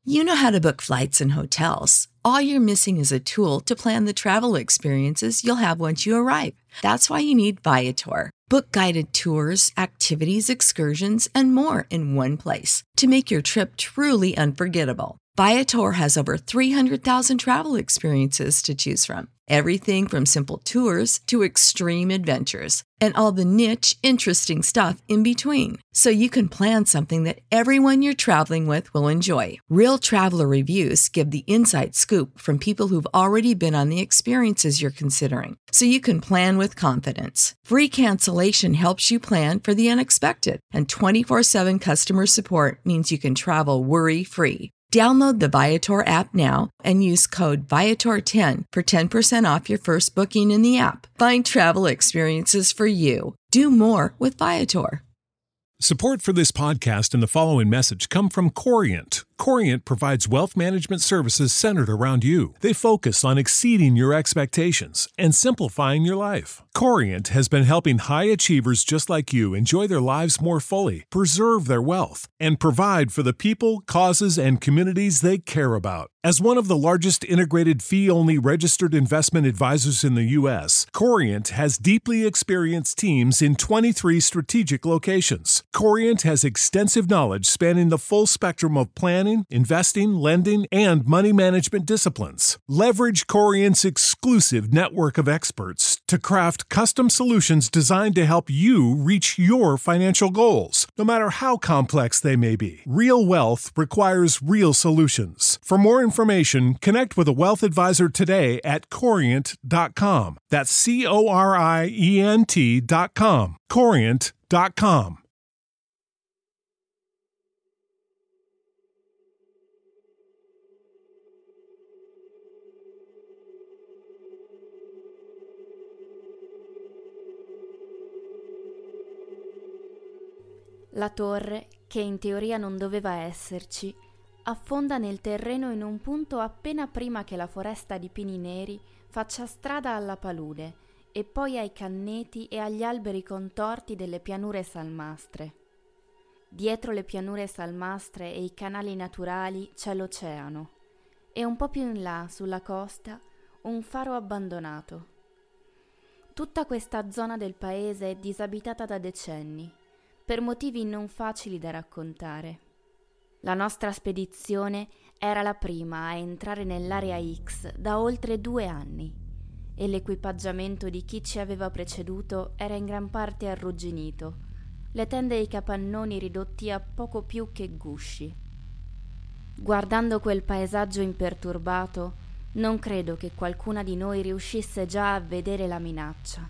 You know how to book flights and hotels. All you're missing is a tool to plan the travel experiences you'll have once you arrive. That's why you need Viator. Book guided tours, activities, excursions, and more in one place to make your trip truly unforgettable. Viator has over 300,000 travel experiences to choose from. Everything from simple tours to extreme adventures and all the niche, interesting stuff in between. So you can plan something that everyone you're traveling with will enjoy. Real traveler reviews give the inside scoop from people who've already been on the experiences you're considering. So you can plan with confidence. Free cancellation helps you plan for the unexpected. And 24/7 customer support means you can travel worry-free. Download the Viator app now and use code Viator10 for 10% off your first booking in the app. Find travel experiences for you. Do more with Viator. Support for this podcast and the following message come from Corient. Corient provides wealth management services centered around you. They focus on exceeding your expectations and simplifying your life. Corient has been helping high achievers just like you enjoy their lives more fully, preserve their wealth, and provide for the people, causes, and communities they care about. As one of the largest integrated fee-only registered investment advisors in the U.S., Corient has deeply experienced teams in 23 strategic locations. Corient has extensive knowledge spanning the full spectrum of planning, investing, lending, and money management disciplines. Leverage Corient's exclusive network of experts to craft custom solutions designed to help you reach your financial goals, no matter how complex they may be. Real wealth requires real solutions. For more information, connect with a wealth advisor today at Corient.com. That's Corient.com. Corient.com. La torre, che in teoria non doveva esserci, affonda nel terreno in un punto appena prima che la foresta di pini neri faccia strada alla palude e poi ai canneti e agli alberi contorti delle pianure salmastre. Dietro le pianure salmastre e i canali naturali c'è l'oceano e un po' più in là, sulla costa, un faro abbandonato. Tutta questa zona del paese è disabitata da decenni, per motivi non facili da raccontare. La nostra spedizione era la prima a entrare nell'area X da oltre 2 anni e l'equipaggiamento di chi ci aveva preceduto era in gran parte arrugginito, le tende e i capannoni ridotti a poco più che gusci. Guardando quel paesaggio imperturbato, non credo che qualcuna di noi riuscisse già a vedere la minaccia.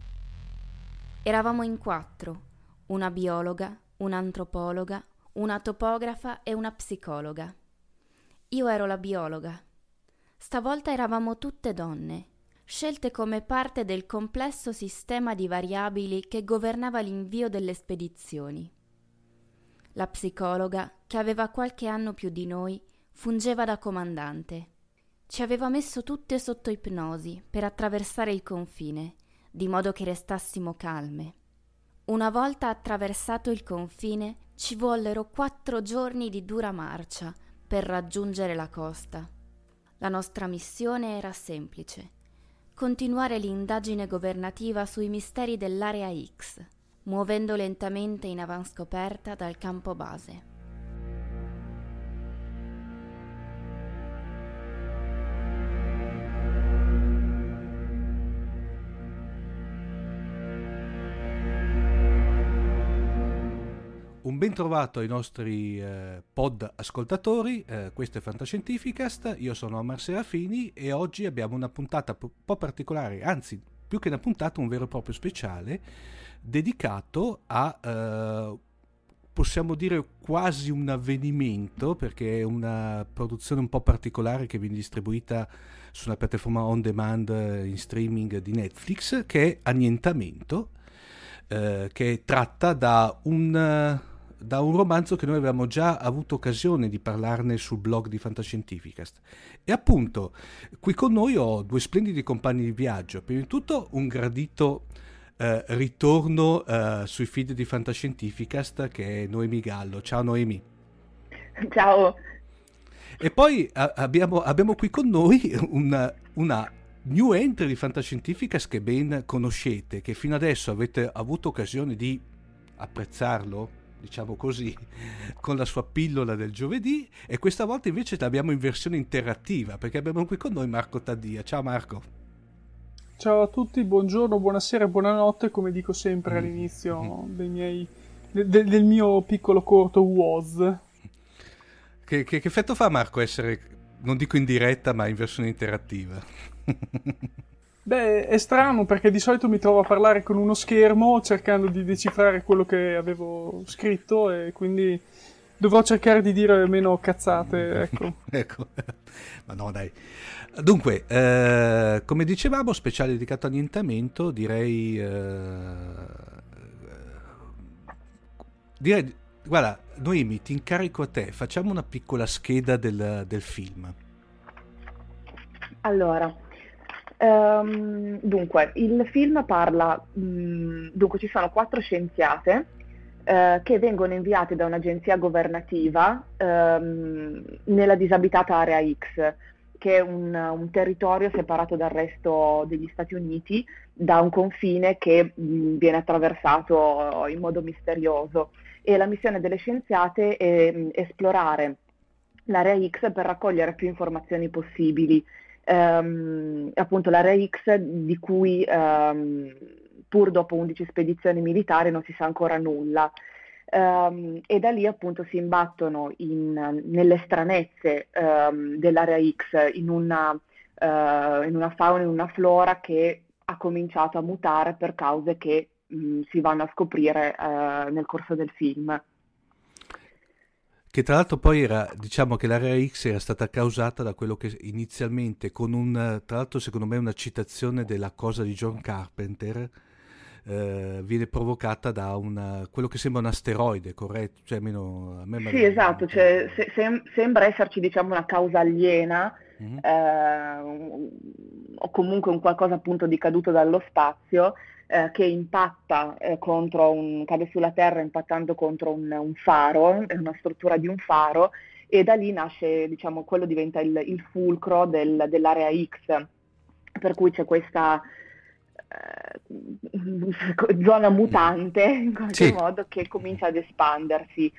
Eravamo in 4, una biologa, un'antropologa, una topografa e una psicologa. Io ero la biologa. Stavolta eravamo tutte donne, scelte come parte del complesso sistema di variabili che governava l'invio delle spedizioni. La psicologa, che aveva qualche anno più di noi, fungeva da comandante. Ci aveva messo tutte sotto ipnosi per attraversare il confine, di modo che restassimo calme. Una volta attraversato il confine, ci vollero 4 giorni di dura marcia per raggiungere la costa. La nostra missione era semplice: continuare l'indagine governativa sui misteri dell'area X, muovendo lentamente in avanscoperta dal campo base. Un ben trovato ai nostri pod ascoltatori, questo è Fantascientificast, io sono Omar Serafini e oggi abbiamo una puntata un po' particolare, anzi più che una puntata un vero e proprio speciale dedicato a, possiamo dire quasi un avvenimento, perché è una produzione un po' particolare che viene distribuita su una piattaforma on demand in streaming di Netflix, che è Annientamento, che è tratta da un romanzo che noi avevamo già avuto occasione di parlarne sul blog di Fantascientificast. E appunto qui con noi ho 2 splendidi compagni di viaggio. Prima di tutto un gradito ritorno sui feed di Fantascientificast, che è Noemi Gallo. Ciao Noemi. Ciao. E poi abbiamo qui con noi una new entry di Fantascientificast che ben conoscete, che fino adesso avete avuto occasione di apprezzarlo, diciamo così, con la sua pillola del giovedì, e questa volta invece l'abbiamo in versione interattiva, perché abbiamo qui con noi Marco Taddia. Ciao Marco. Ciao a tutti, buongiorno, buonasera e buonanotte, come dico sempre all'inizio del mio piccolo corto WOS. Che effetto fa, Marco, essere, non dico in diretta, ma in versione interattiva? Beh, è strano perché di solito mi trovo a parlare con uno schermo cercando di decifrare quello che avevo scritto, e quindi dovrò cercare di dire meno cazzate, ecco. Ecco, ma no dai. Dunque, come dicevamo, speciale dedicato all'annientamento, direi, guarda, Noemi, ti incarico a te, facciamo una piccola scheda del film. Allora, dunque, il film parla, dunque ci sono 4 scienziate che vengono inviate da un'agenzia governativa nella disabitata Area X, che è un territorio separato dal resto degli Stati Uniti da un confine che viene attraversato in modo misterioso, e la missione delle scienziate è esplorare l'Area X per raccogliere più informazioni possibili. Appunto l'Area X, di cui pur dopo 11 spedizioni militari non si sa ancora nulla, e da lì appunto si imbattono nelle stranezze dell'Area X, in una fauna, in una flora che ha cominciato a mutare per cause che si vanno a scoprire nel corso del film. Che tra l'altro poi era, diciamo che l'Area X era stata causata da quello che inizialmente, tra l'altro secondo me una citazione della Cosa di John Carpenter, viene provocata da quello che sembra un asteroide, corretto? Cioè, almeno a me sì, esatto, cioè, sembra esserci, diciamo, una causa aliena, o comunque un qualcosa appunto di caduto dallo spazio, che impatta cade sulla Terra impattando contro un faro, una struttura di un faro, e da lì nasce, diciamo, quello diventa il fulcro dell'Area X, per cui c'è questa zona mutante in qualche modo che comincia ad espandersi,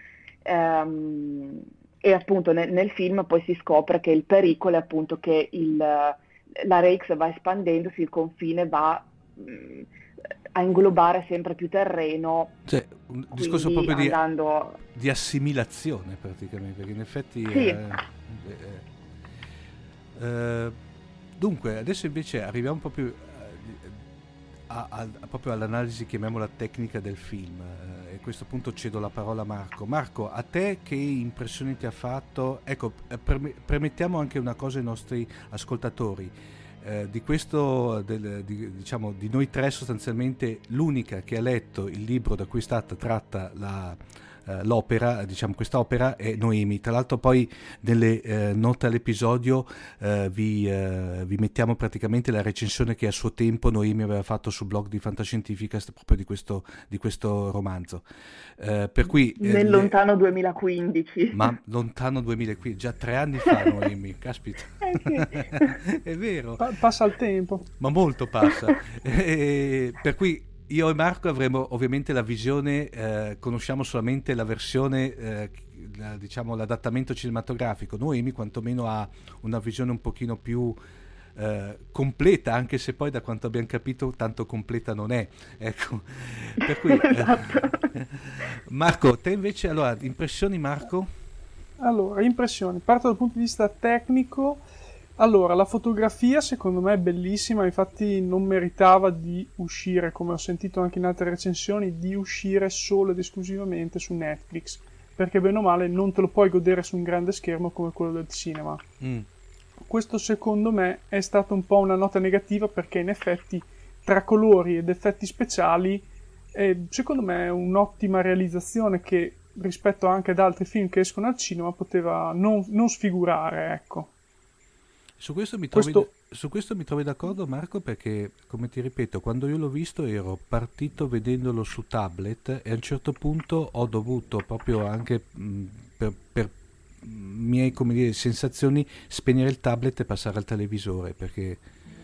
e appunto nel film poi si scopre che il pericolo è appunto che l'Area X va espandendosi, il confine va a inglobare sempre più terreno, cioè un discorso proprio di assimilazione praticamente, perché in effetti sì. Dunque adesso invece arriviamo proprio proprio all'analisi, chiamiamola tecnica del film, e a questo punto cedo la parola a Marco. Marco, a te che impressioni ti ha fatto? Ecco, premettiamo anche una cosa ai nostri ascoltatori. Di questo, diciamo, di noi tre sostanzialmente l'unica che ha letto il libro da cui è stata tratta l'opera, diciamo questa opera, è Noemi. Tra l'altro poi nelle note all'episodio vi mettiamo praticamente la recensione che a suo tempo Noemi aveva fatto sul blog di Fantascientificast proprio di questo romanzo, per cui nel lontano 2015, ma lontano 2015, già 3 anni fa Noemi, caspita. Sì. È vero, passa il tempo, ma molto passa. Per cui io e Marco avremo ovviamente la visione, conosciamo solamente la versione, diciamo l'adattamento cinematografico. Noemi quantomeno ha una visione un pochino più completa, anche se poi da quanto abbiamo capito tanto completa non è, ecco. Per cui, esatto. Marco, te invece, allora, impressioni, Marco? Allora, impressioni, parto dal punto di vista tecnico. Allora, la fotografia secondo me è bellissima, infatti non meritava di uscire, come ho sentito anche in altre recensioni, di uscire solo ed esclusivamente su Netflix, perché bene o male non te lo puoi godere su un grande schermo come quello del cinema. Questo secondo me è stata un po' una nota negativa, perché in effetti tra colori ed effetti speciali secondo me è un'ottima realizzazione che rispetto anche ad altri film che escono al cinema poteva non sfigurare, ecco. Su questo mi trovi d'accordo, Marco, perché, come ti ripeto, quando io l'ho visto ero partito vedendolo su tablet, e a un certo punto ho dovuto proprio anche per miei, come dire, sensazioni, spegnere il tablet e passare al televisore, perché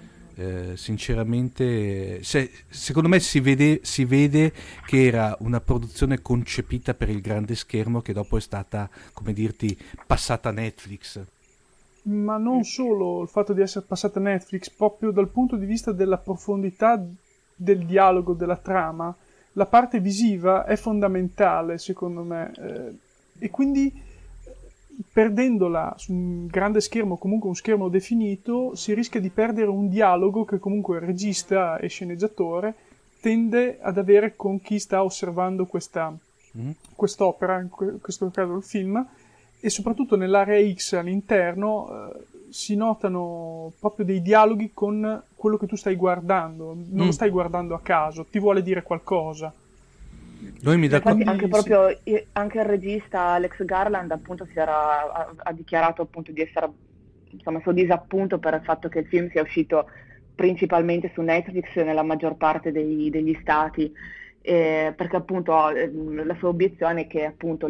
sinceramente secondo me si vede che era una produzione concepita per il grande schermo, che dopo è stata, come dirti, passata a Netflix. Ma non solo il fatto di essere passata a Netflix, proprio dal punto di vista della profondità del dialogo, della trama, la parte visiva è fondamentale secondo me, e quindi perdendola su un grande schermo, comunque un schermo definito, si rischia di perdere un dialogo che comunque il regista e sceneggiatore tende ad avere con chi sta osservando quest'opera, in questo caso il film, e soprattutto nell'area X all'interno si notano proprio dei dialoghi con quello che tu stai guardando, non lo stai guardando a caso, ti vuole dire qualcosa. Infatti anche proprio anche il regista Alex Garland appunto ha dichiarato appunto di essere, insomma, suo disappunto per il fatto che il film sia uscito principalmente su Netflix nella maggior parte degli stati, perché appunto la sua obiezione è che appunto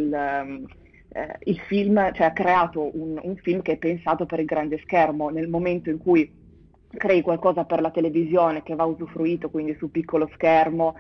il film, cioè ha creato un film che è pensato per il grande schermo. Nel momento in cui crei qualcosa per la televisione che va usufruito quindi su piccolo schermo,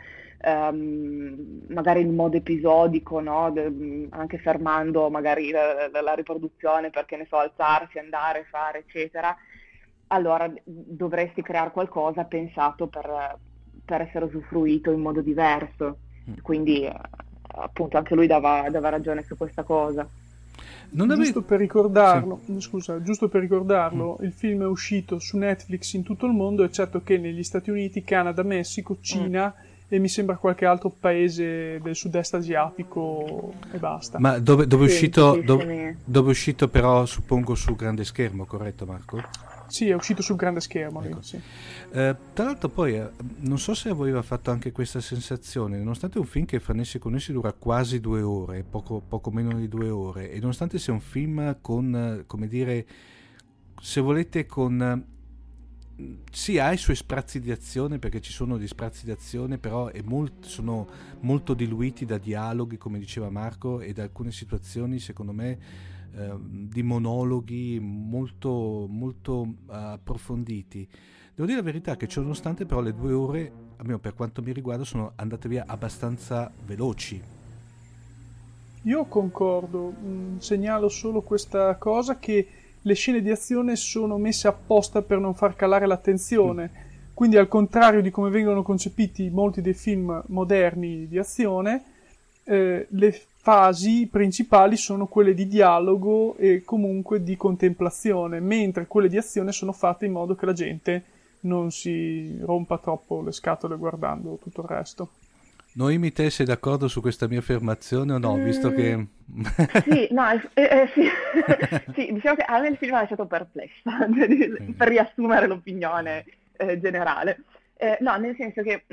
magari in modo episodico, no? Anche fermando magari la riproduzione per, che ne so, alzarsi, andare, fare, eccetera, allora dovresti creare qualcosa pensato per essere usufruito in modo diverso. Quindi appunto anche lui dava ragione su questa cosa. Giusto per ricordarlo, giusto per ricordarlo, il film è uscito su Netflix in tutto il mondo, eccetto che negli Stati Uniti, Canada, Messico, Cina e mi sembra qualche altro paese del sud-est asiatico e basta. Ma dove è uscito? Dove è uscito però, suppongo, sul grande schermo, corretto Marco? Sì, è uscito sul grande schermo. Ecco. Sì. Tra l'altro poi, non so se aveva fatto anche questa sensazione, nonostante un film che fra Nessi Connessi dura quasi 2 ore, poco meno di 2 ore, e nonostante sia un film con, come dire, se volete, con... Sì, ha i suoi sprazzi di azione, perché ci sono dei sprazzi di azione, però sono molto diluiti da dialoghi, come diceva Marco, e da alcune situazioni, secondo me, di monologhi molto, molto approfonditi. Devo dire la verità che, ciononostante, però, le 2 ore, almeno per quanto mi riguarda, sono andate via abbastanza veloci. Io concordo, segnalo solo questa cosa, che le scene di azione sono messe apposta per non far calare l'attenzione, quindi al contrario di come vengono concepiti molti dei film moderni di azione, le fasi principali sono quelle di dialogo e comunque di contemplazione, mentre quelle di azione sono fatte in modo che la gente non si rompa troppo le scatole guardando tutto il resto. Noemi, te sei d'accordo su questa mia affermazione o no? Visto che... Sì, no, sì. Sì, diciamo che a me il film ha lasciato perplessa, per riassumere l'opinione generale. No, nel senso che...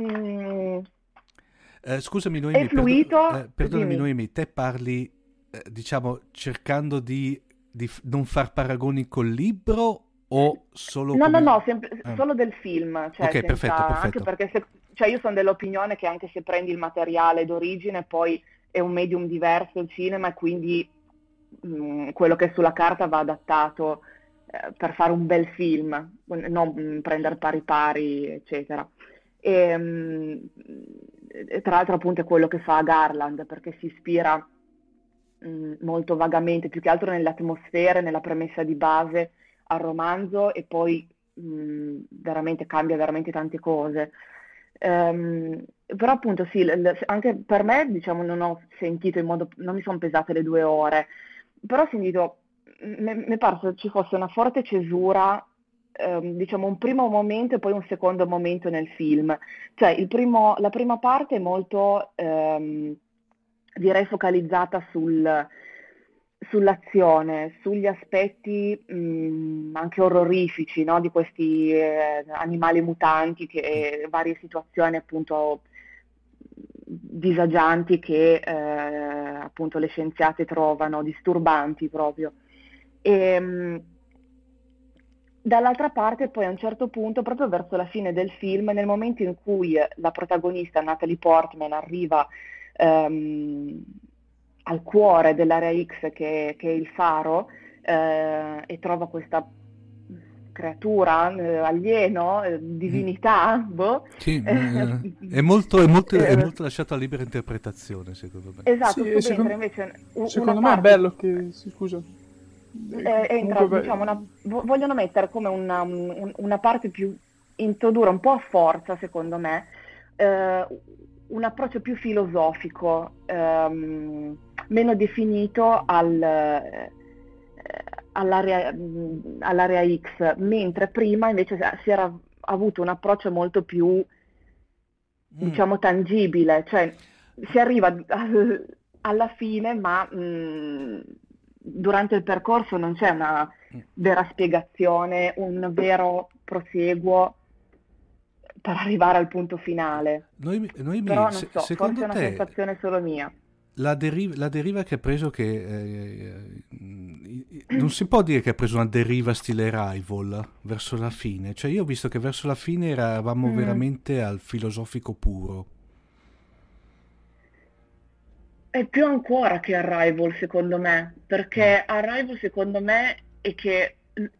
scusami Noemi, è fluito, perdonami dimmi. Noemi, te parli, diciamo, cercando di non far paragoni col libro o solo... No, solo del film, cioè Ok, perfetto. anche perché cioè io sono dell'opinione che anche se prendi il materiale d'origine poi è un medium diverso il cinema, e quindi quello che è sulla carta va adattato per fare un bel film, non prendere pari eccetera. E tra l'altro appunto è quello che fa Garland, perché si ispira molto vagamente, più che altro nelle atmosfere, nella premessa di base al romanzo, e poi veramente cambia veramente tante cose. Però appunto sì, anche per me, diciamo, non ho sentito non mi sono pesate le 2 ore, però ho sentito, mi è parso ci fosse una forte cesura, diciamo un primo momento e poi un secondo momento nel film. Cioè la prima parte è molto, direi, focalizzata sull'azione, sugli aspetti anche orrorifici, no? Di questi animali mutanti, varie situazioni appunto disagianti che appunto le scienziate trovano disturbanti proprio. E dall'altra parte poi a un certo punto, proprio verso la fine del film, nel momento in cui la protagonista Natalie Portman arriva al cuore dell'area X che è il faro, e trova questa creatura, alieno, divinità, boh. Sì, è molto lasciato a libera interpretazione, secondo me. Esatto, Sì, subentra invece secondo una me è parte, bello che, scusa, entra, comunque, diciamo, vogliono mettere come una parte più, introdurre un po' a forza, secondo me, un approccio più filosofico, meno definito all'area X, mentre prima invece si era avuto un approccio molto più, diciamo, tangibile, cioè si arriva alla fine, ma durante il percorso non c'è una vera spiegazione, un vero proseguo per arrivare al punto finale. Però non so, forse è una sensazione solo mia. La deriva che ha preso, non si può dire che ha preso una deriva stile Arrival verso la fine, cioè io ho visto che verso la fine eravamo veramente al filosofico puro. È più ancora che Arrival, secondo me, perché Arrival, secondo me, è che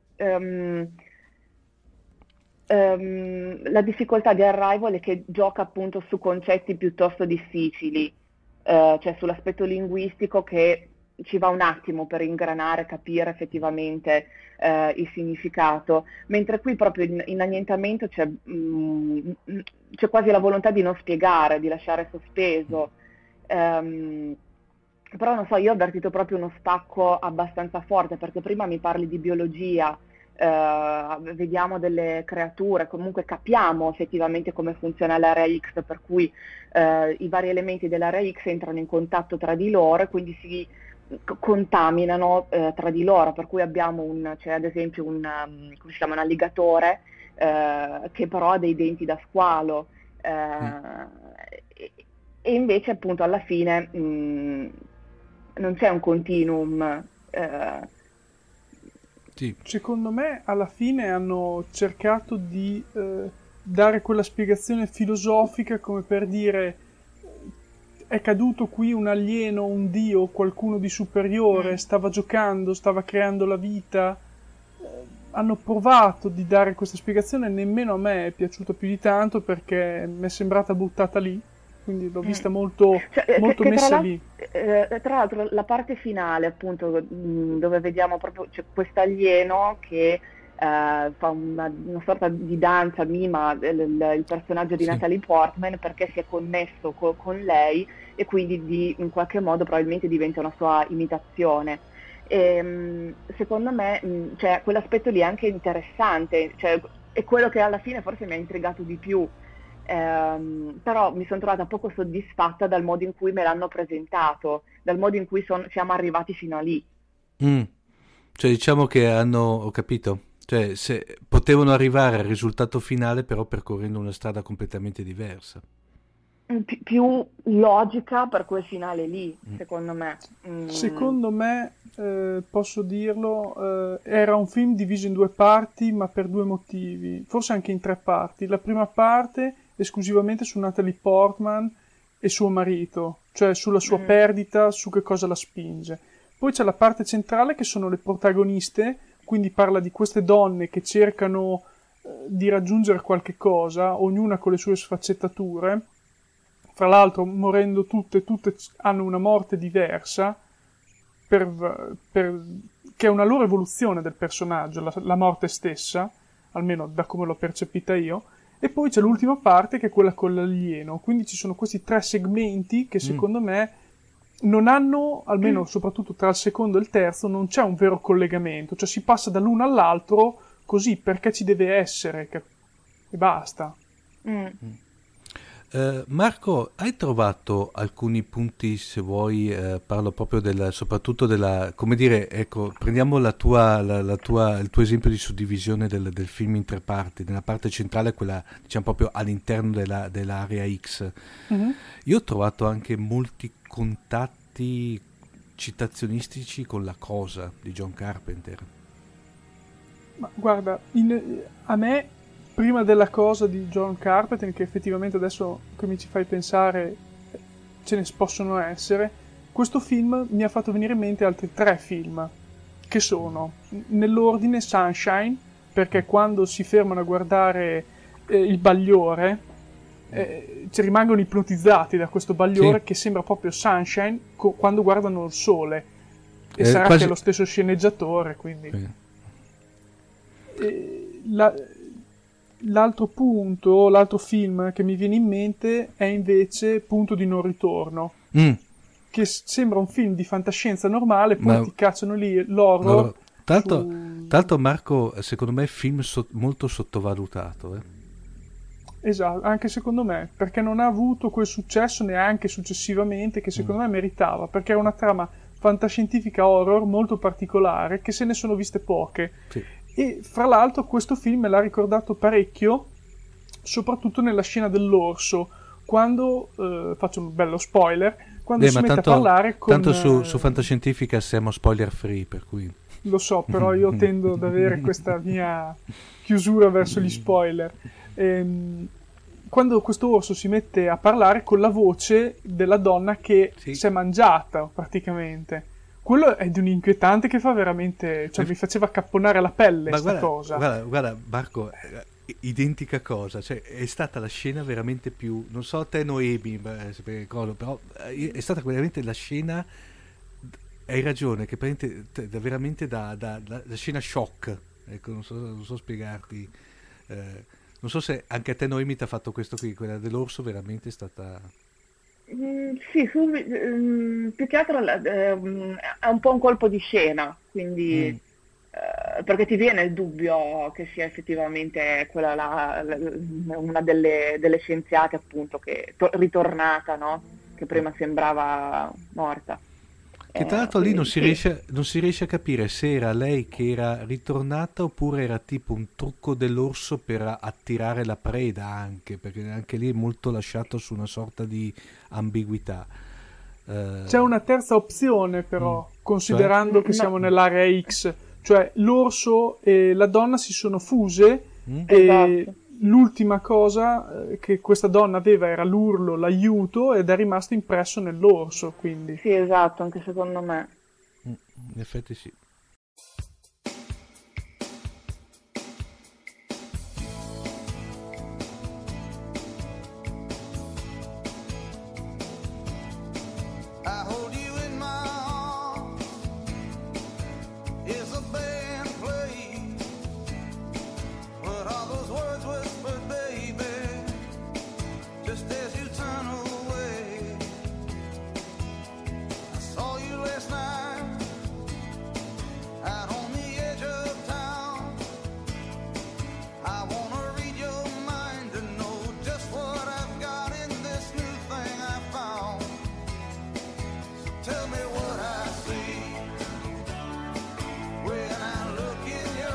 la difficoltà di Arrival è che gioca appunto su concetti piuttosto difficili, cioè sull'aspetto linguistico che ci va un attimo per ingranare, capire effettivamente il significato, mentre qui proprio in annientamento c'è quasi la volontà di non spiegare, di lasciare sospeso. Però non so, io ho avvertito proprio uno stacco abbastanza forte, perché prima mi parli di biologia, vediamo delle creature, comunque capiamo effettivamente come funziona l'area X, per cui i vari elementi dell'area X entrano in contatto tra di loro e quindi si contaminano tra di loro, per cui abbiamo c'è ad esempio come si chiama, un alligatore che però ha dei denti da squalo, e invece appunto alla fine non c'è un continuum. Sì. Secondo me alla fine hanno cercato di dare quella spiegazione filosofica, come per dire è caduto qui un alieno, un dio, qualcuno di superiore, stava giocando, stava creando la vita. Hanno provato di dare questa spiegazione, nemmeno a me è piaciuta più di tanto perché mi è sembrata buttata lì, quindi l'ho vista molto messa lì. Tra l'altro la parte finale, appunto, dove vediamo proprio quest'alieno che fa una sorta di danza, mima il personaggio di Natalie Portman, perché si è connesso con lei e quindi in qualche modo probabilmente diventa una sua imitazione. E, secondo me cioè, quell'aspetto lì è anche interessante, cioè, è quello che alla fine forse mi ha intrigato di più. Però mi sono trovata poco soddisfatta dal modo in cui me l'hanno presentato, dal modo in cui siamo arrivati fino a lì. Cioè diciamo che ho capito, cioè se potevano arrivare al risultato finale però percorrendo una strada completamente diversa. Più logica per quel finale lì, secondo me. Secondo me, posso dirlo, era un film diviso in due parti, ma per due motivi, forse anche in tre parti. La prima parte esclusivamente su Natalie Portman e suo marito, cioè sulla sua perdita, su che cosa la spinge. Poi c'è la parte centrale che sono le protagoniste, quindi parla di queste donne che cercano di raggiungere qualche cosa, ognuna con le sue sfaccettature. Fra l'altro, morendo tutte hanno una morte diversa, che è una loro evoluzione del personaggio, la morte stessa, almeno da come l'ho percepita io. E poi c'è l'ultima parte che è quella con l'alieno, quindi ci sono questi tre segmenti che secondo me non hanno, almeno soprattutto tra il secondo e il terzo, non c'è un vero collegamento, cioè si passa dall'uno all'altro così perché ci deve essere e basta. Marco, hai trovato alcuni punti, se vuoi, parlo proprio soprattutto della, come dire, ecco, prendiamo il tuo esempio di suddivisione del film in tre parti, nella parte centrale, quella diciamo proprio all'interno dell'area X. Io ho trovato anche molti contatti citazionistici con La Cosa di John Carpenter. Ma guarda, a me prima della Cosa di John Carpenter, che effettivamente adesso che mi ci fai pensare ce ne possono essere, questo film mi ha fatto venire in mente altri 3 film, che sono, nell'ordine, Sunshine, perché quando si fermano a guardare il bagliore, ci rimangono ipnotizzati da questo bagliore, sì, che sembra proprio Sunshine quando guardano il sole, e sarà quasi... che è lo stesso sceneggiatore, quindi... L'altro film che mi viene in mente è invece Punto di non ritorno, che sembra un film di fantascienza normale, poi ti cacciano lì l'horror. Tanto Marco, secondo me è film molto sottovalutato. Esatto, anche secondo me, perché non ha avuto quel successo neanche successivamente che secondo me meritava, perché è una trama fantascientifica horror molto particolare, che se ne sono viste poche. Sì. E fra l'altro questo film me l'ha ricordato parecchio, soprattutto nella scena dell'orso, quando, faccio un bello spoiler, quando si mette a parlare con... Tanto su Fantascientifica siamo spoiler free, per cui... Lo so, però io tendo ad avere questa mia chiusura verso gli spoiler. Quando questo orso si mette a parlare con la voce della donna che si è mangiata, praticamente. Quello è di un inquietante che fa veramente... Cioè, mi faceva accapponare la pelle questa cosa. Guarda, Marco, identica cosa. Cioè, è stata la scena veramente più... Non so te Noemi, però è stata veramente la scena... Hai ragione, che veramente da scena shock. Ecco, non so spiegarti. Non so se anche a te Noemi ti ha fatto questo qui. Quella dell'orso veramente è stata... Sì, più che altro è un po' un colpo di scena, quindi perché ti viene il dubbio che sia effettivamente quella una delle scienziate, appunto, che ritornata, no? Che prima sembrava morta. Che tra l'altro lì non si riesce a capire se era lei che era ritornata oppure era tipo un trucco dell'orso per attirare la preda, anche perché anche lì è molto lasciato su una sorta di ambiguità. C'è una terza opzione però, considerando che siamo nell'area X, cioè l'orso e la donna si sono fuse e l'ultima cosa che questa donna aveva era l'urlo, l'aiuto, ed è rimasto impresso nell'orso, quindi. Sì, esatto, anche secondo me. In effetti sì. Tell me what I see when I look in your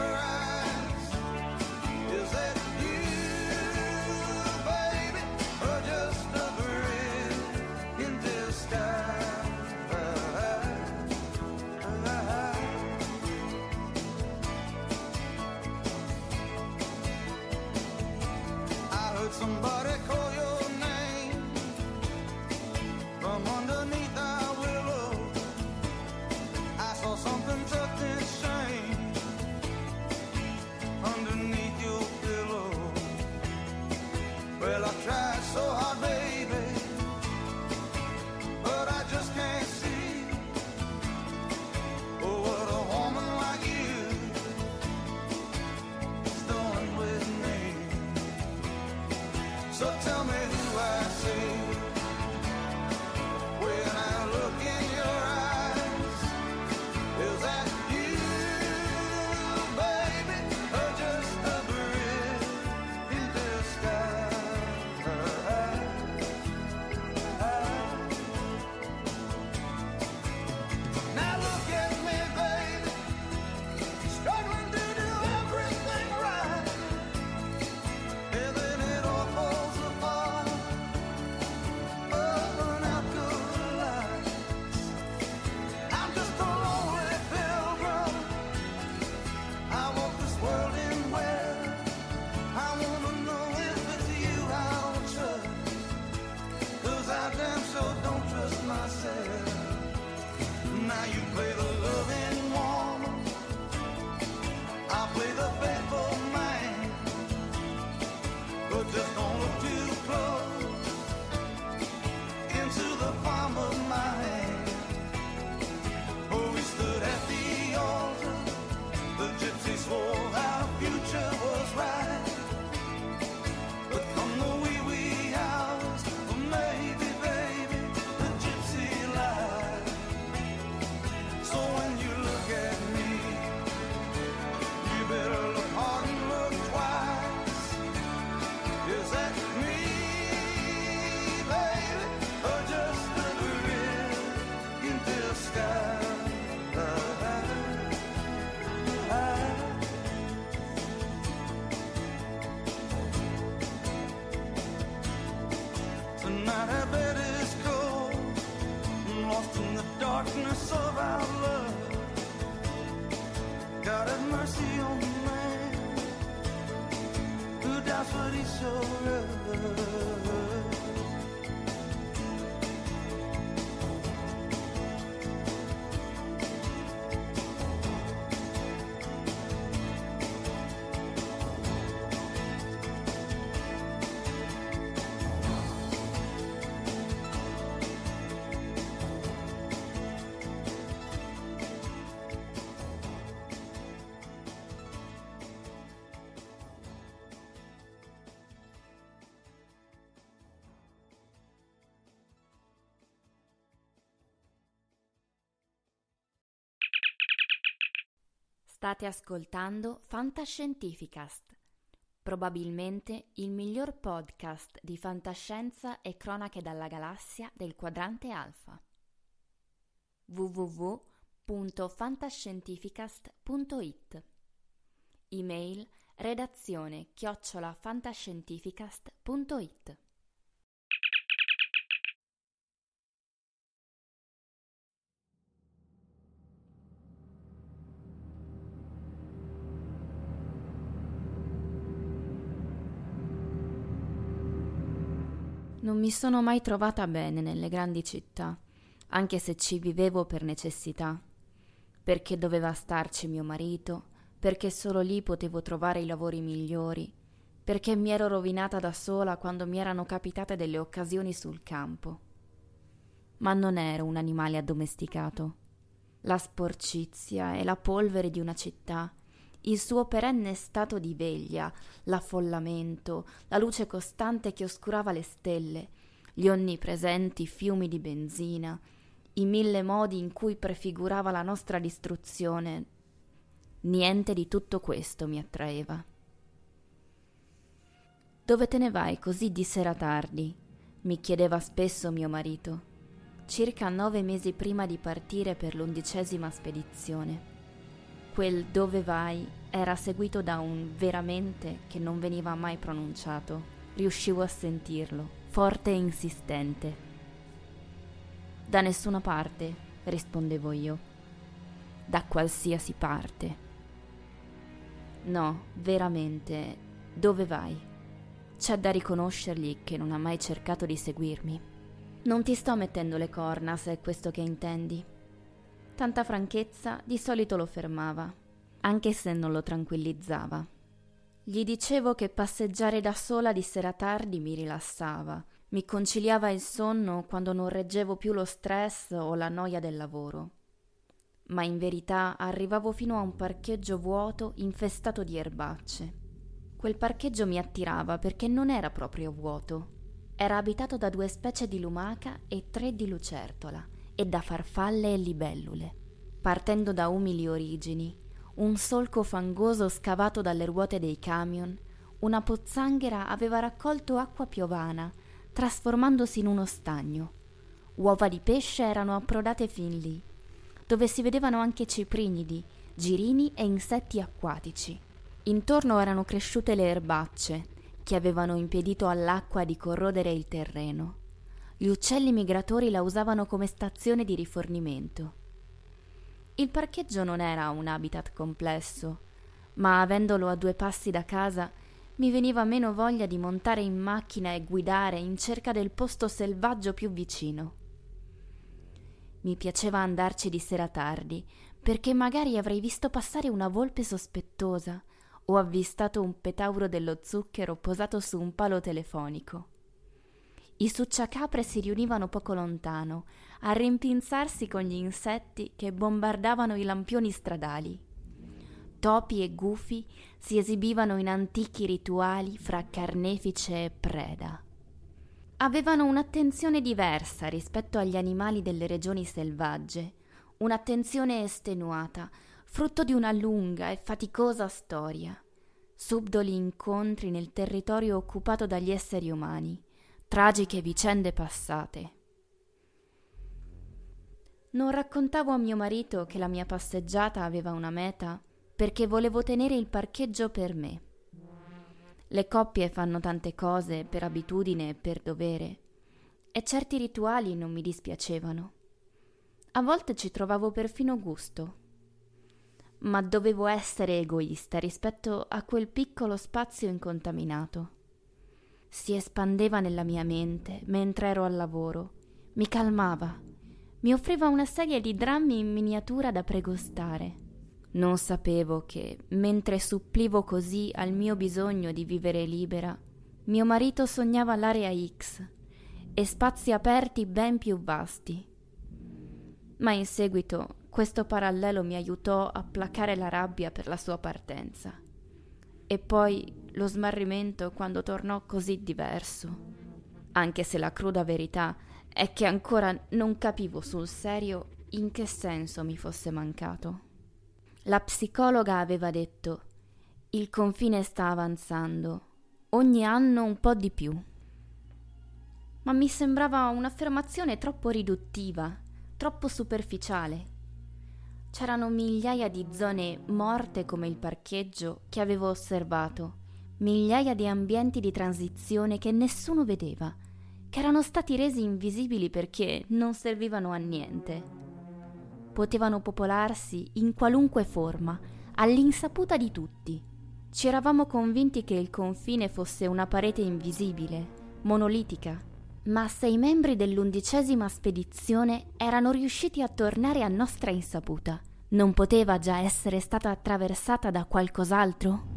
mercy on the man who does what he so loves. State ascoltando Fantascientificast, probabilmente il miglior podcast di fantascienza e cronache dalla galassia del quadrante alfa. www.fantascientificast.it. Email redazione@fantascientificast.it. Non mi sono mai trovata bene nelle grandi città, anche se ci vivevo per necessità, perché doveva starci mio marito, perché solo lì potevo trovare i lavori migliori, perché mi ero rovinata da sola quando mi erano capitate delle occasioni sul campo. Ma non ero un animale addomesticato. La sporcizia e la polvere di una città, il suo perenne stato di veglia, l'affollamento, la luce costante che oscurava le stelle, gli onnipresenti fiumi di benzina, i 1000 modi in cui prefigurava la nostra distruzione. Niente di tutto questo mi attraeva. «Dove te ne vai così di sera tardi?» mi chiedeva spesso mio marito, circa 9 mesi prima di partire per l'11ª spedizione. Quel «dove vai» era seguito da un «veramente» che non veniva mai pronunciato. Riuscivo a sentirlo, forte e insistente. «Da nessuna parte», rispondevo io. «Da qualsiasi parte». «No, veramente, dove vai?» C'è da riconoscergli che non ha mai cercato di seguirmi. «Non ti sto mettendo le corna, se è questo che intendi». Tanta franchezza di solito lo fermava, anche se non lo tranquillizzava. Gli dicevo che passeggiare da sola di sera tardi mi rilassava, mi conciliava il sonno quando non reggevo più lo stress o la noia del lavoro. Ma in verità arrivavo fino a un parcheggio vuoto infestato di erbacce. Quel parcheggio mi attirava perché non era proprio vuoto. Era abitato da 2 specie di lumaca e 3 di lucertola, e da farfalle e libellule. Partendo da umili origini, un solco fangoso scavato dalle ruote dei camion, una pozzanghera aveva raccolto acqua piovana, trasformandosi in uno stagno. Uova di pesce erano approdate fin lì, dove si vedevano anche ciprinidi, girini e insetti acquatici. Intorno erano cresciute le erbacce, che avevano impedito all'acqua di corrodere il terreno. Gli uccelli migratori la usavano come stazione di rifornimento. Il parcheggio non era un habitat complesso, ma avendolo a 2 passi da casa mi veniva meno voglia di montare in macchina e guidare in cerca del posto selvaggio più vicino. Mi piaceva andarci di sera tardi, perché magari avrei visto passare una volpe sospettosa o avvistato un petauro dello zucchero posato su un palo telefonico. I succiacapre si riunivano poco lontano, a rimpinzarsi con gli insetti che bombardavano i lampioni stradali. Topi e gufi si esibivano in antichi rituali fra carnefice e preda. Avevano un'attenzione diversa rispetto agli animali delle regioni selvagge, un'attenzione estenuata, frutto di una lunga e faticosa storia, subdoli incontri nel territorio occupato dagli esseri umani, tragiche vicende passate. Non raccontavo a mio marito che la mia passeggiata aveva una meta perché volevo tenere il parcheggio per me. Le coppie fanno tante cose per abitudine e per dovere, e certi rituali non mi dispiacevano. A volte ci trovavo perfino gusto. ma dovevo essere egoista rispetto a quel piccolo spazio incontaminato. Si espandeva nella mia mente mentre ero al lavoro, mi calmava, mi offriva una serie di drammi in miniatura da pregustare. Non sapevo che, mentre supplivo così al mio bisogno di vivere libera, mio marito sognava l'area X e spazi aperti ben più vasti. Ma in seguito questo parallelo mi aiutò a placare la rabbia per la sua partenza. E poi lo smarrimento quando tornò così diverso. Anche se la cruda verità è che ancora non capivo sul serio in che senso mi fosse mancato. La psicologa aveva detto: il confine sta avanzando, ogni anno un po' di più. Ma mi sembrava un'affermazione troppo riduttiva, troppo superficiale. C'erano migliaia di zone morte come il parcheggio che avevo osservato, migliaia di ambienti di transizione che nessuno vedeva, che erano stati resi invisibili perché non servivano a niente. Potevano popolarsi in qualunque forma, all'insaputa di tutti. Ci eravamo convinti che il confine fosse una parete invisibile, monolitica, ma se i membri dell'11ª spedizione erano riusciti a tornare a nostra insaputa, non poteva già essere stata attraversata da qualcos'altro?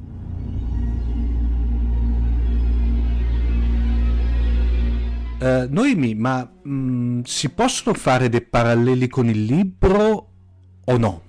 Noemi, ma si possono fare dei paralleli con il libro o no?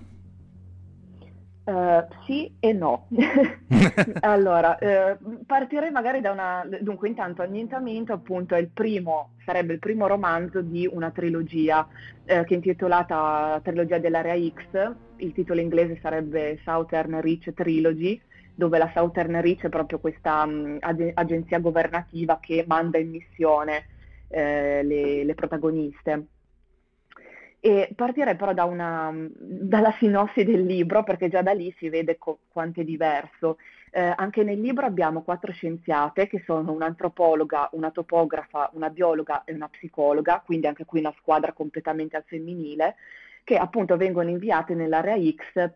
Sì e no. Allora, partirei magari dunque intanto Annientamento appunto sarebbe il primo romanzo di una trilogia che è intitolata Trilogia dell'Area X, il titolo inglese sarebbe Southern Reach Trilogy, dove la Southern Reach è proprio questa agenzia governativa che manda in missione le protagoniste. E partirei però dalla sinossi del libro, perché già da lì si vede quanto è diverso. Anche nel libro abbiamo 4 scienziate che sono un'antropologa, una topografa, una biologa e una psicologa, quindi anche qui una squadra completamente al femminile, che appunto vengono inviate nell'area X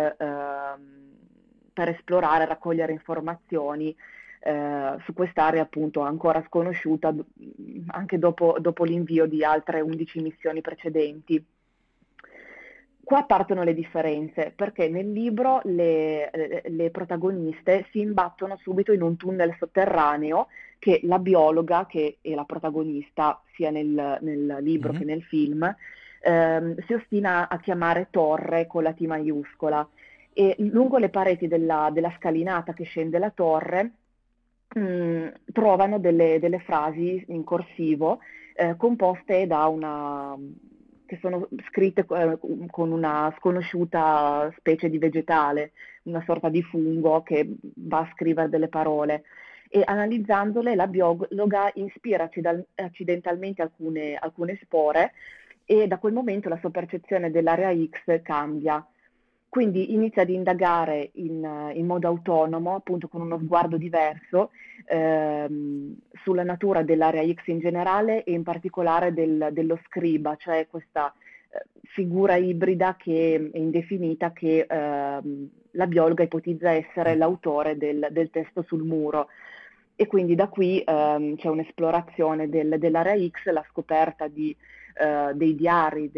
per esplorare, raccogliere informazioni su quest'area appunto ancora sconosciuta anche dopo l'invio di altre 11 missioni precedenti. Qua partono le differenze, perché nel libro le protagoniste si imbattono subito in un tunnel sotterraneo che la biologa, che è la protagonista sia nel libro che nel film, si ostina a chiamare torre con la T maiuscola, e lungo le pareti della scalinata che scende la torre trovano delle frasi in corsivo composte che sono scritte con una sconosciuta specie di vegetale, una sorta di fungo che va a scrivere delle parole. E analizzandole la biologa ispira accidentalmente alcune spore, e da quel momento la sua percezione dell'area X cambia. Quindi inizia ad indagare in modo autonomo, appunto con uno sguardo diverso, sulla natura dell'area X in generale e in particolare dello scriba, cioè questa figura ibrida che è indefinita che la biologa ipotizza essere l'autore del testo sul muro. E quindi da qui c'è un'esplorazione dell'area X, la scoperta dei diari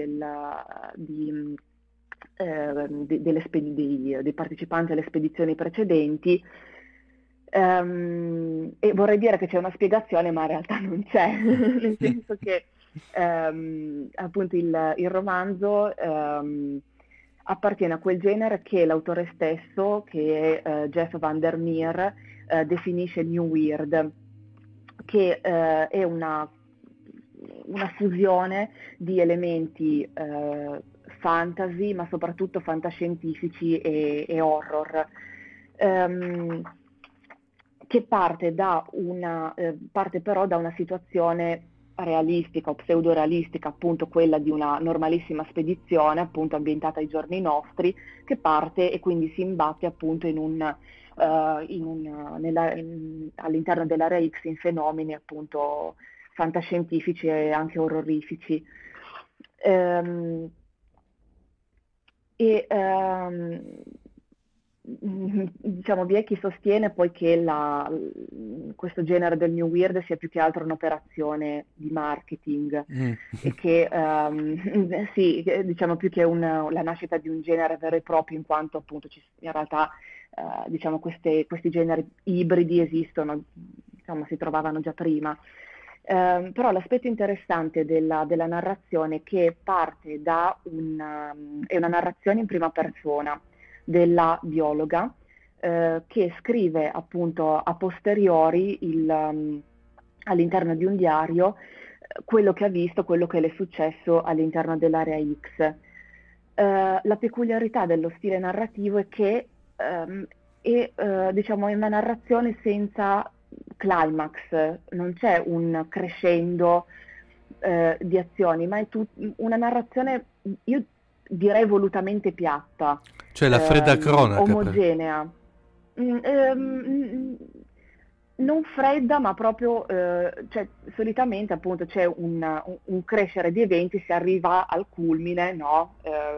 dei partecipanti alle spedizioni precedenti, e vorrei dire che c'è una spiegazione, ma in realtà non c'è, nel senso che appunto il romanzo appartiene a quel genere che l'autore stesso, che è Jeff Vandermeer, definisce New Weird, che è una fusione di elementi fantasy, ma soprattutto fantascientifici e horror, che parte però da una situazione realistica o pseudo-realistica, appunto quella di una normalissima spedizione, appunto ambientata ai giorni nostri, che parte e quindi si imbatte appunto all'interno dell'area X in fenomeni appunto fantascientifici e anche orrorifici. E diciamo, vi è chi sostiene poi che questo genere del New Weird sia più che altro un'operazione di marketing e che sì, diciamo più che la nascita di un genere vero e proprio, in quanto appunto in realtà diciamo questi generi ibridi esistono, diciamo, si trovavano già prima. Però l'aspetto interessante della narrazione è che parte da è una narrazione in prima persona della biologa che scrive appunto a posteriori all'interno di un diario quello che ha visto, quello che le è successo all'interno dell'area X. La peculiarità dello stile narrativo è che diciamo, è una narrazione senza climax, non c'è un crescendo di azioni, ma è una narrazione, io direi volutamente piatta, Cioè la fredda cronaca. omogenea. Non fredda, ma proprio, cioè, solitamente appunto c'è un crescere di eventi, si arriva al culmine, no?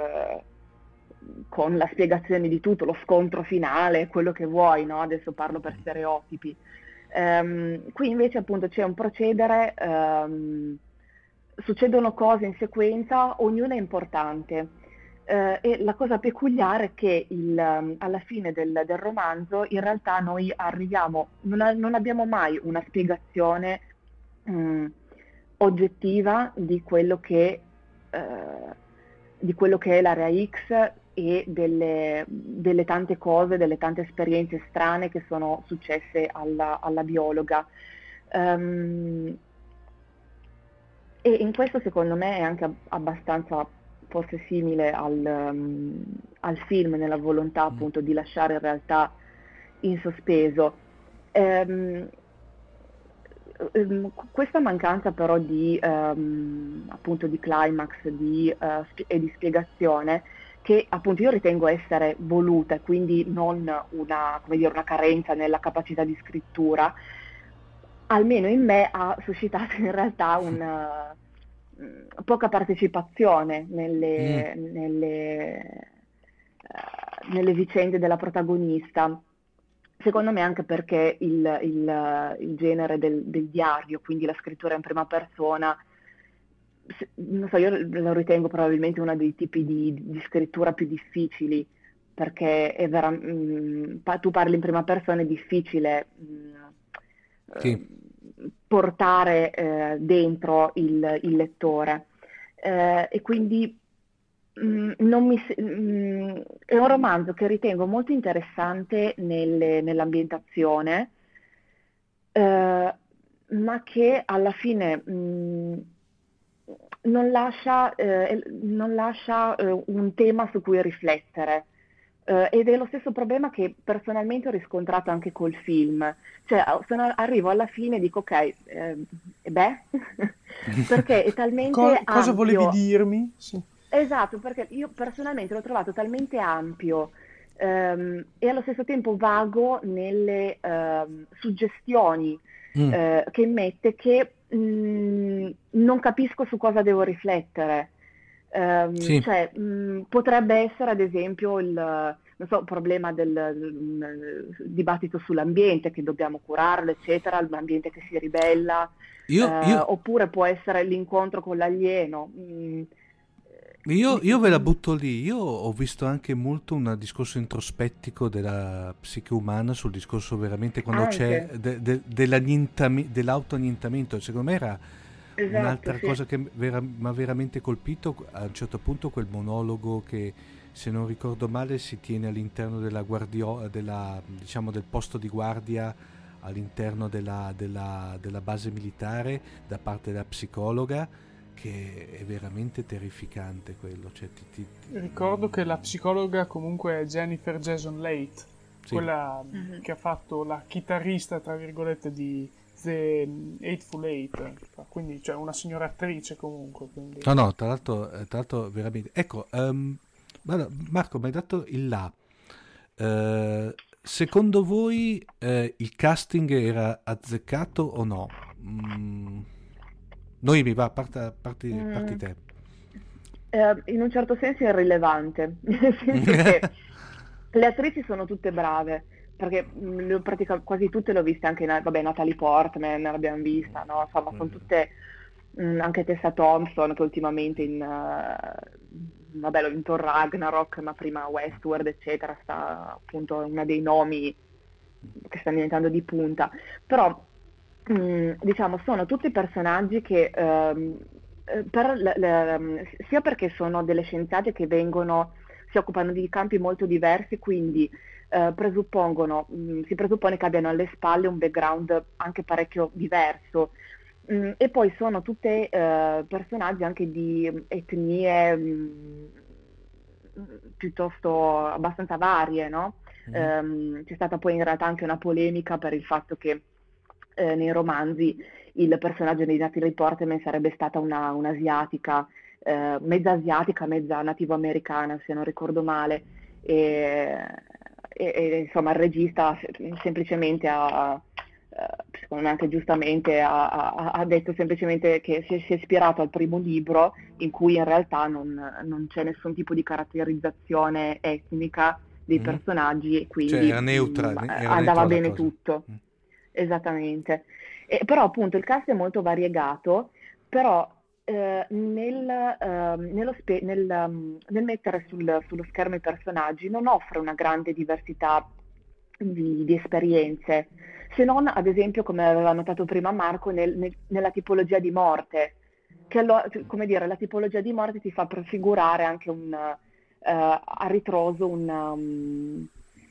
Con la spiegazione di tutto, lo scontro finale, quello che vuoi, no? Adesso parlo per stereotipi. Qui invece appunto c'è un procedere, succedono cose in sequenza, ognuna è importante. E la cosa peculiare è che alla fine del romanzo in realtà noi arriviamo, non abbiamo mai una spiegazione oggettiva di quello che è l'area X e delle tante cose, delle tante esperienze strane che sono successe alla biologa. E in questo secondo me è anche abbastanza forse simile al film, nella volontà appunto di lasciare in realtà in sospeso. Questa mancanza però appunto di climax e di spiegazione, che appunto io ritengo essere voluta, e quindi non come dire, una carenza nella capacità di scrittura, almeno in me ha suscitato in realtà poca partecipazione nelle vicende della protagonista. Secondo me anche perché il genere del diario, quindi la scrittura in prima persona, non so, io lo ritengo probabilmente uno dei tipi di scrittura più difficili, perché tu parli in prima persona, è difficile Sì. portare dentro il lettore, e quindi è un romanzo che ritengo molto interessante nell'ambientazione, ma che alla fine non lascia un tema su cui riflettere. Ed è lo stesso problema che personalmente ho riscontrato anche col film, cioè arrivo alla fine e dico ok, perché è talmente Cosa ampio. volevi dirmi? Sì. Esatto, perché io personalmente l'ho trovato talmente ampio e allo stesso tempo vago nelle suggestioni che mette, che non capisco su cosa devo riflettere. Sì. Cioè, potrebbe essere ad esempio il problema del dibattito sull'ambiente, che dobbiamo curarlo, eccetera, l'ambiente che si ribella, oppure può essere l'incontro con l'alieno. Io ve la butto lì. Io ho visto anche molto un discorso introspettico della psiche umana, sul discorso veramente quando c'è dell'auto-annientamento. Secondo me era un'altra cosa che mi ha veramente colpito a un certo punto, quel monologo che, se non ricordo male, si tiene all'interno della diciamo del posto di guardia all'interno della base militare, da parte della psicologa, che è veramente terrificante quello. Cioè, Ricordo che la psicologa comunque è Jennifer Jason Leigh, sì, quella che ha fatto la chitarrista tra virgolette di The Hateful Eight, quindi cioè una signora attrice comunque, quindi... no, tra l'altro veramente, ecco, guarda, Marco, mi hai dato il là. Secondo voi il casting era azzeccato o no? Noemi, va, parti te. In un certo senso è irrilevante, nel senso che le attrici sono tutte brave, perché quasi tutte le ho viste anche, vabbè, Natalie Portman l'abbiamo vista, no? Insomma, sono tutte, anche Tessa Thompson che ultimamente vabbè, l'ho vinto Ragnarok, ma prima Westworld, eccetera, sta appunto una dei nomi che stanno diventando di punta, però diciamo sono tutti personaggi che sia perché sono delle scienziate che si occupano di campi molto diversi, quindi si presuppone che abbiano alle spalle un background anche parecchio diverso. E poi sono tutte personaggi anche di etnie piuttosto abbastanza varie, no? C'è stata poi in realtà anche una polemica per il fatto che nei romanzi il personaggio di Natalie Portman sarebbe stata un'asiatica, mezza asiatica, mezza nativo-americana, se non ricordo male, e insomma il regista semplicemente secondo me anche giustamente, ha detto semplicemente che si è ispirato al primo libro in cui in realtà non c'è nessun tipo di caratterizzazione etnica dei personaggi e quindi Cioè era neutra, andava bene cosa. tutto. Esattamente. Però appunto il cast è molto variegato, però nel mettere sullo schermo i personaggi non offre una grande diversità di esperienze, se non ad esempio, come aveva notato prima Marco, nella tipologia di morte, che come dire, la tipologia di morte ti fa prefigurare anche a ritroso un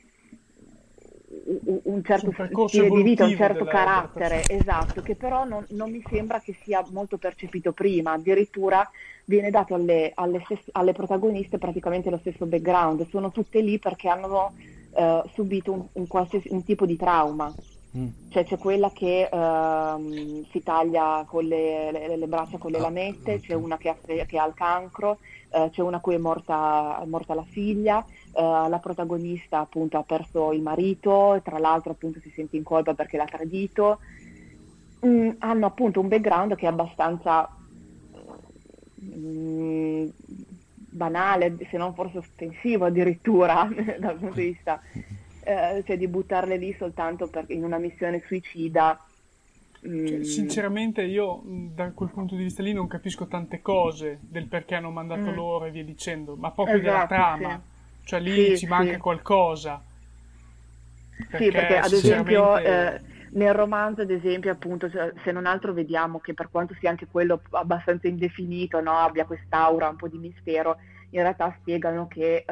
certo stile di vita, un certo carattere, esatto, che però non mi sembra che sia molto percepito prima, addirittura viene dato alle protagoniste praticamente lo stesso background, sono tutte lì perché hanno subito un tipo di trauma. Cioè c'è quella che si taglia con le braccia con le lamette, c'è una che ha il cancro, c'è una a cui è morta la figlia, la protagonista appunto ha perso il marito e tra l'altro appunto si sente in colpa perché l'ha tradito. Hanno appunto un background che è abbastanza banale, se non forse offensivo addirittura dal punto di vista cioè di buttarle lì soltanto in una missione suicida. Cioè, sinceramente io da quel punto di vista lì non capisco tante cose del perché hanno mandato loro e via dicendo, ma proprio della trama, sì. Cioè lì ci manca qualcosa. Perché ad esempio nel romanzo ad esempio appunto se non altro vediamo che per quanto sia anche quello abbastanza indefinito, no, abbia quest'aura un po' di mistero, in realtà spiegano che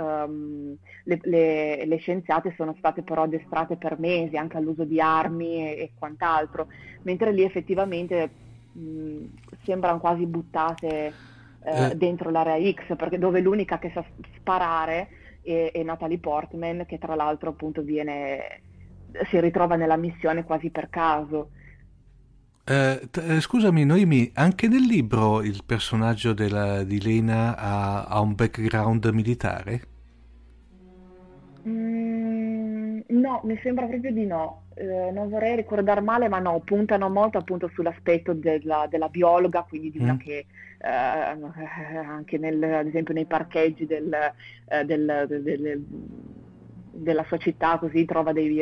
le scienziate sono state però addestrate per mesi anche all'uso di armi e quant'altro, mentre lì effettivamente sembrano quasi buttate dentro l'area X, perché dove l'unica che sa sparare è Natalie Portman, che tra l'altro appunto si ritrova nella missione quasi per caso. Scusami, Noemi, anche nel libro il personaggio di Lena ha un background militare? No, mi sembra proprio di no. Non vorrei ricordare male, ma no, puntano molto appunto sull'aspetto della biologa, quindi di una che anche ad esempio nei parcheggi della sua città così trova dei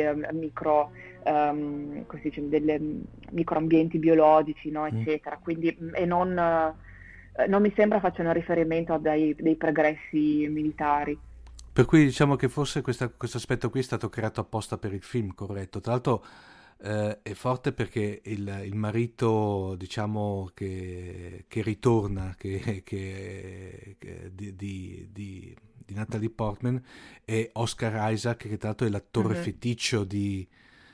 delle microambienti biologici, no, eccetera. Quindi non mi sembra facciano riferimento a dei pregressi militari. Per cui diciamo che forse questo aspetto qui è stato creato apposta per il film, corretto? Tra l'altro è forte perché il marito, diciamo, che ritorna, di Natalie Portman è Oscar Isaac, che tra l'altro è l'attore feticcio di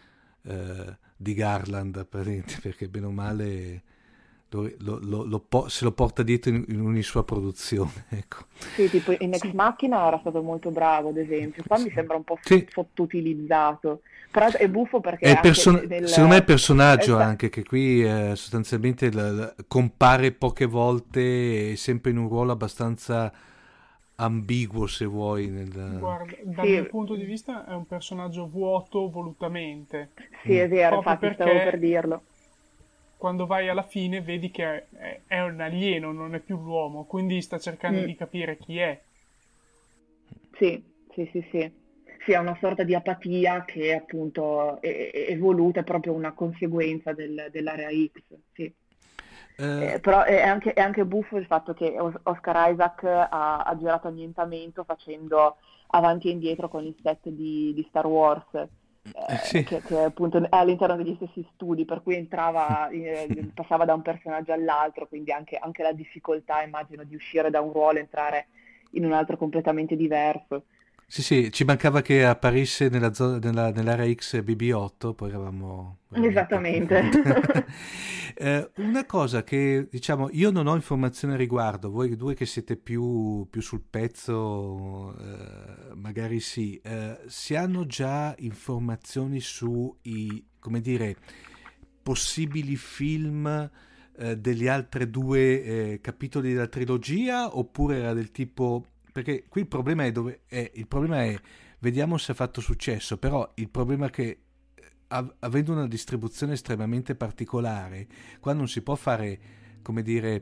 Garland, perché bene o male se lo porta dietro in ogni sua produzione, ecco. Sì, tipo in Ex Machina era stato molto bravo, ad esempio. Qua mi sembra un po' sottoutilizzato, però è buffo perché secondo me è il personaggio anche che qui sostanzialmente compare poche volte, è sempre in un ruolo abbastanza ambiguo, se vuoi. Guarda, dal mio punto di vista è un personaggio vuoto volutamente. Sì, è vero, infatti stavo per dirlo. quando vai alla fine vedi che è un alieno, non è più l'uomo, quindi sta cercando di capire chi è. Sì, sì, sì, sì. Sì, è una sorta di apatia che appunto è evoluta, è proprio una conseguenza dell'area X, sì. Però è anche buffo il fatto che Oscar Isaac ha girato annientamento facendo avanti e indietro con il set di Star Wars, sì. che appunto è all'interno degli stessi studi, per cui passava da un personaggio all'altro, quindi anche la difficoltà, immagino, di uscire da un ruolo e entrare in un altro completamente diverso. Sì, sì, ci mancava che apparisse nell'area X BB-8, poi eravamo veramente... Esattamente. Una cosa che, diciamo, io non ho informazione a riguardo, voi due che siete più sul pezzo, magari sì, si hanno già informazioni come dire, possibili film degli altri due capitoli della trilogia, oppure era del tipo... Perché qui il problema è vediamo se ha fatto successo, però il problema è che avendo una distribuzione estremamente particolare, qua non si può fare, come dire,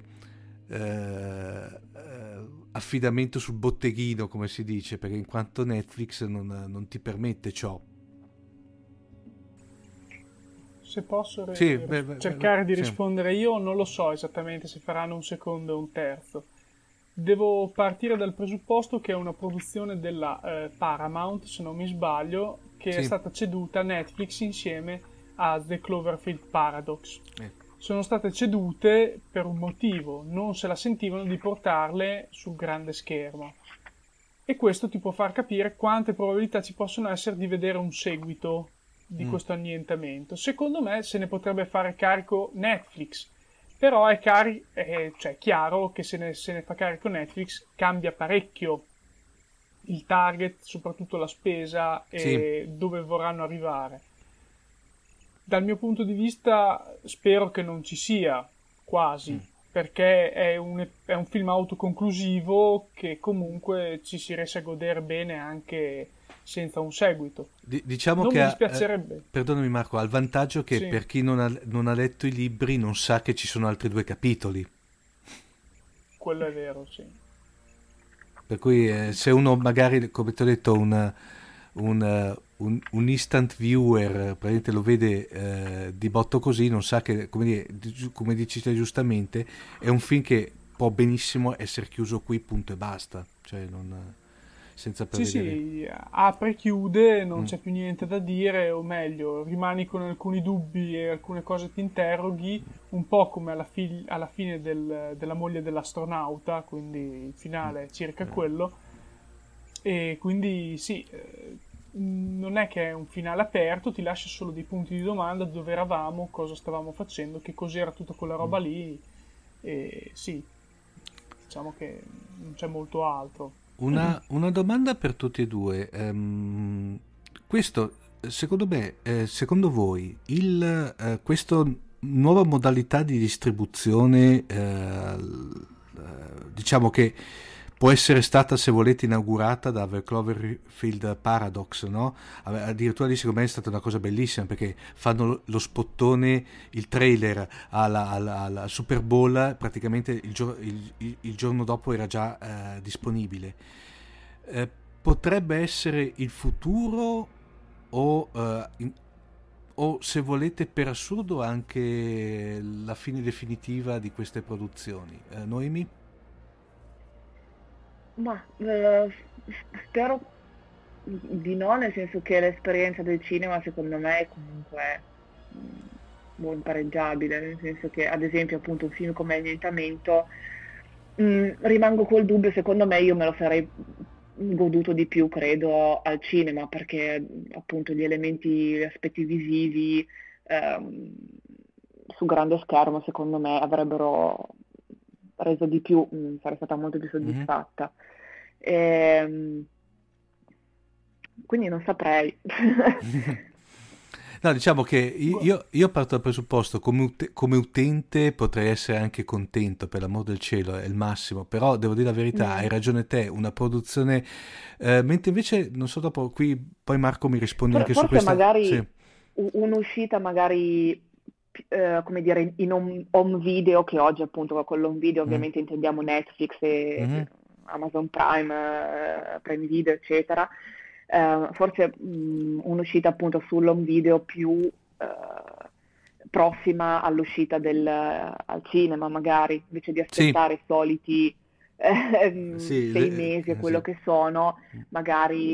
affidamento sul botteghino, come si dice, perché in quanto Netflix non ti permette ciò. Se posso Sì, cercare di sì. rispondere io, non lo so esattamente se faranno un secondo o un terzo. Devo partire dal presupposto che è una produzione della Paramount, se non mi sbaglio, che è Sì. stata ceduta a Netflix insieme a The Cloverfield Paradox. Sono state cedute per un motivo, non se la sentivano di portarle sul grande schermo. E questo ti può far capire quante probabilità ci possono essere di vedere un seguito di questo annientamento. Secondo me se ne potrebbe fare carico Netflix, però è chiaro che se ne fa carico Netflix cambia parecchio il target, soprattutto la spesa e dove vorranno arrivare. Dal mio punto di vista spero che non ci sia, quasi, perché è un film autoconclusivo che comunque ci si riesce a godere bene anche senza un seguito. Diciamo Non che mi dispiacerebbe. perdonami Marco, ha il vantaggio che Sì. per chi non ha letto i libri non sa che ci sono altri 2 capitoli. Quello è vero, sì. Per cui se uno magari, come ti ho detto, un instant viewer praticamente lo vede di botto così, non sa che, come dici te giustamente, è un film che può benissimo essere chiuso qui, punto e basta, cioè senza prevedere. Sì, apre, chiude, non c'è più niente da dire, o meglio, rimani con alcuni dubbi e alcune cose ti interroghi, un po' come alla fine della moglie dell'astronauta, quindi il finale è circa quello, e quindi sì, non è che è un finale aperto, ti lascia solo dei punti di domanda: dove eravamo, cosa stavamo facendo, che cos'era tutta quella roba lì, e sì, diciamo che non c'è molto altro. Una domanda per tutti e due. Questo, secondo me, secondo voi, questa nuova modalità di distribuzione, diciamo che può essere stata, se volete, inaugurata da The Cloverfield Paradox, no? Addirittura lì secondo me è stata una cosa bellissima, perché fanno lo spottone, il trailer al Super Bowl, praticamente il giorno dopo era già disponibile. Potrebbe essere il futuro o se volete, per assurdo, anche la fine definitiva di queste produzioni. Noemi? Ma spero di no, nel senso che l'esperienza del cinema secondo me è comunque impareggiabile, nel senso che ad esempio appunto un film come Annientamento, rimango col dubbio, secondo me io me lo sarei goduto di più, credo, al cinema, perché appunto gli aspetti visivi su grande schermo secondo me avrebbero reso di più, sarei stata molto più soddisfatta. Quindi non saprei. No, diciamo che io parto dal presupposto, come utente potrei essere anche contento, per l'amor del cielo, è il massimo, però devo dire la verità, hai ragione te, una produzione, mentre invece, non so, dopo qui poi Marco mi rispondi anche su Forse questa. magari Sì. un'uscita magari come dire, in home video, che oggi appunto con l'home video ovviamente intendiamo Netflix e Mhm. Amazon Prime, Prime Video, eccetera. Forse un'uscita appunto sull'home video più prossima all'uscita al cinema, magari, invece di Sì, aspettare i soliti sì, 6 mesi e quello sì, che sono, magari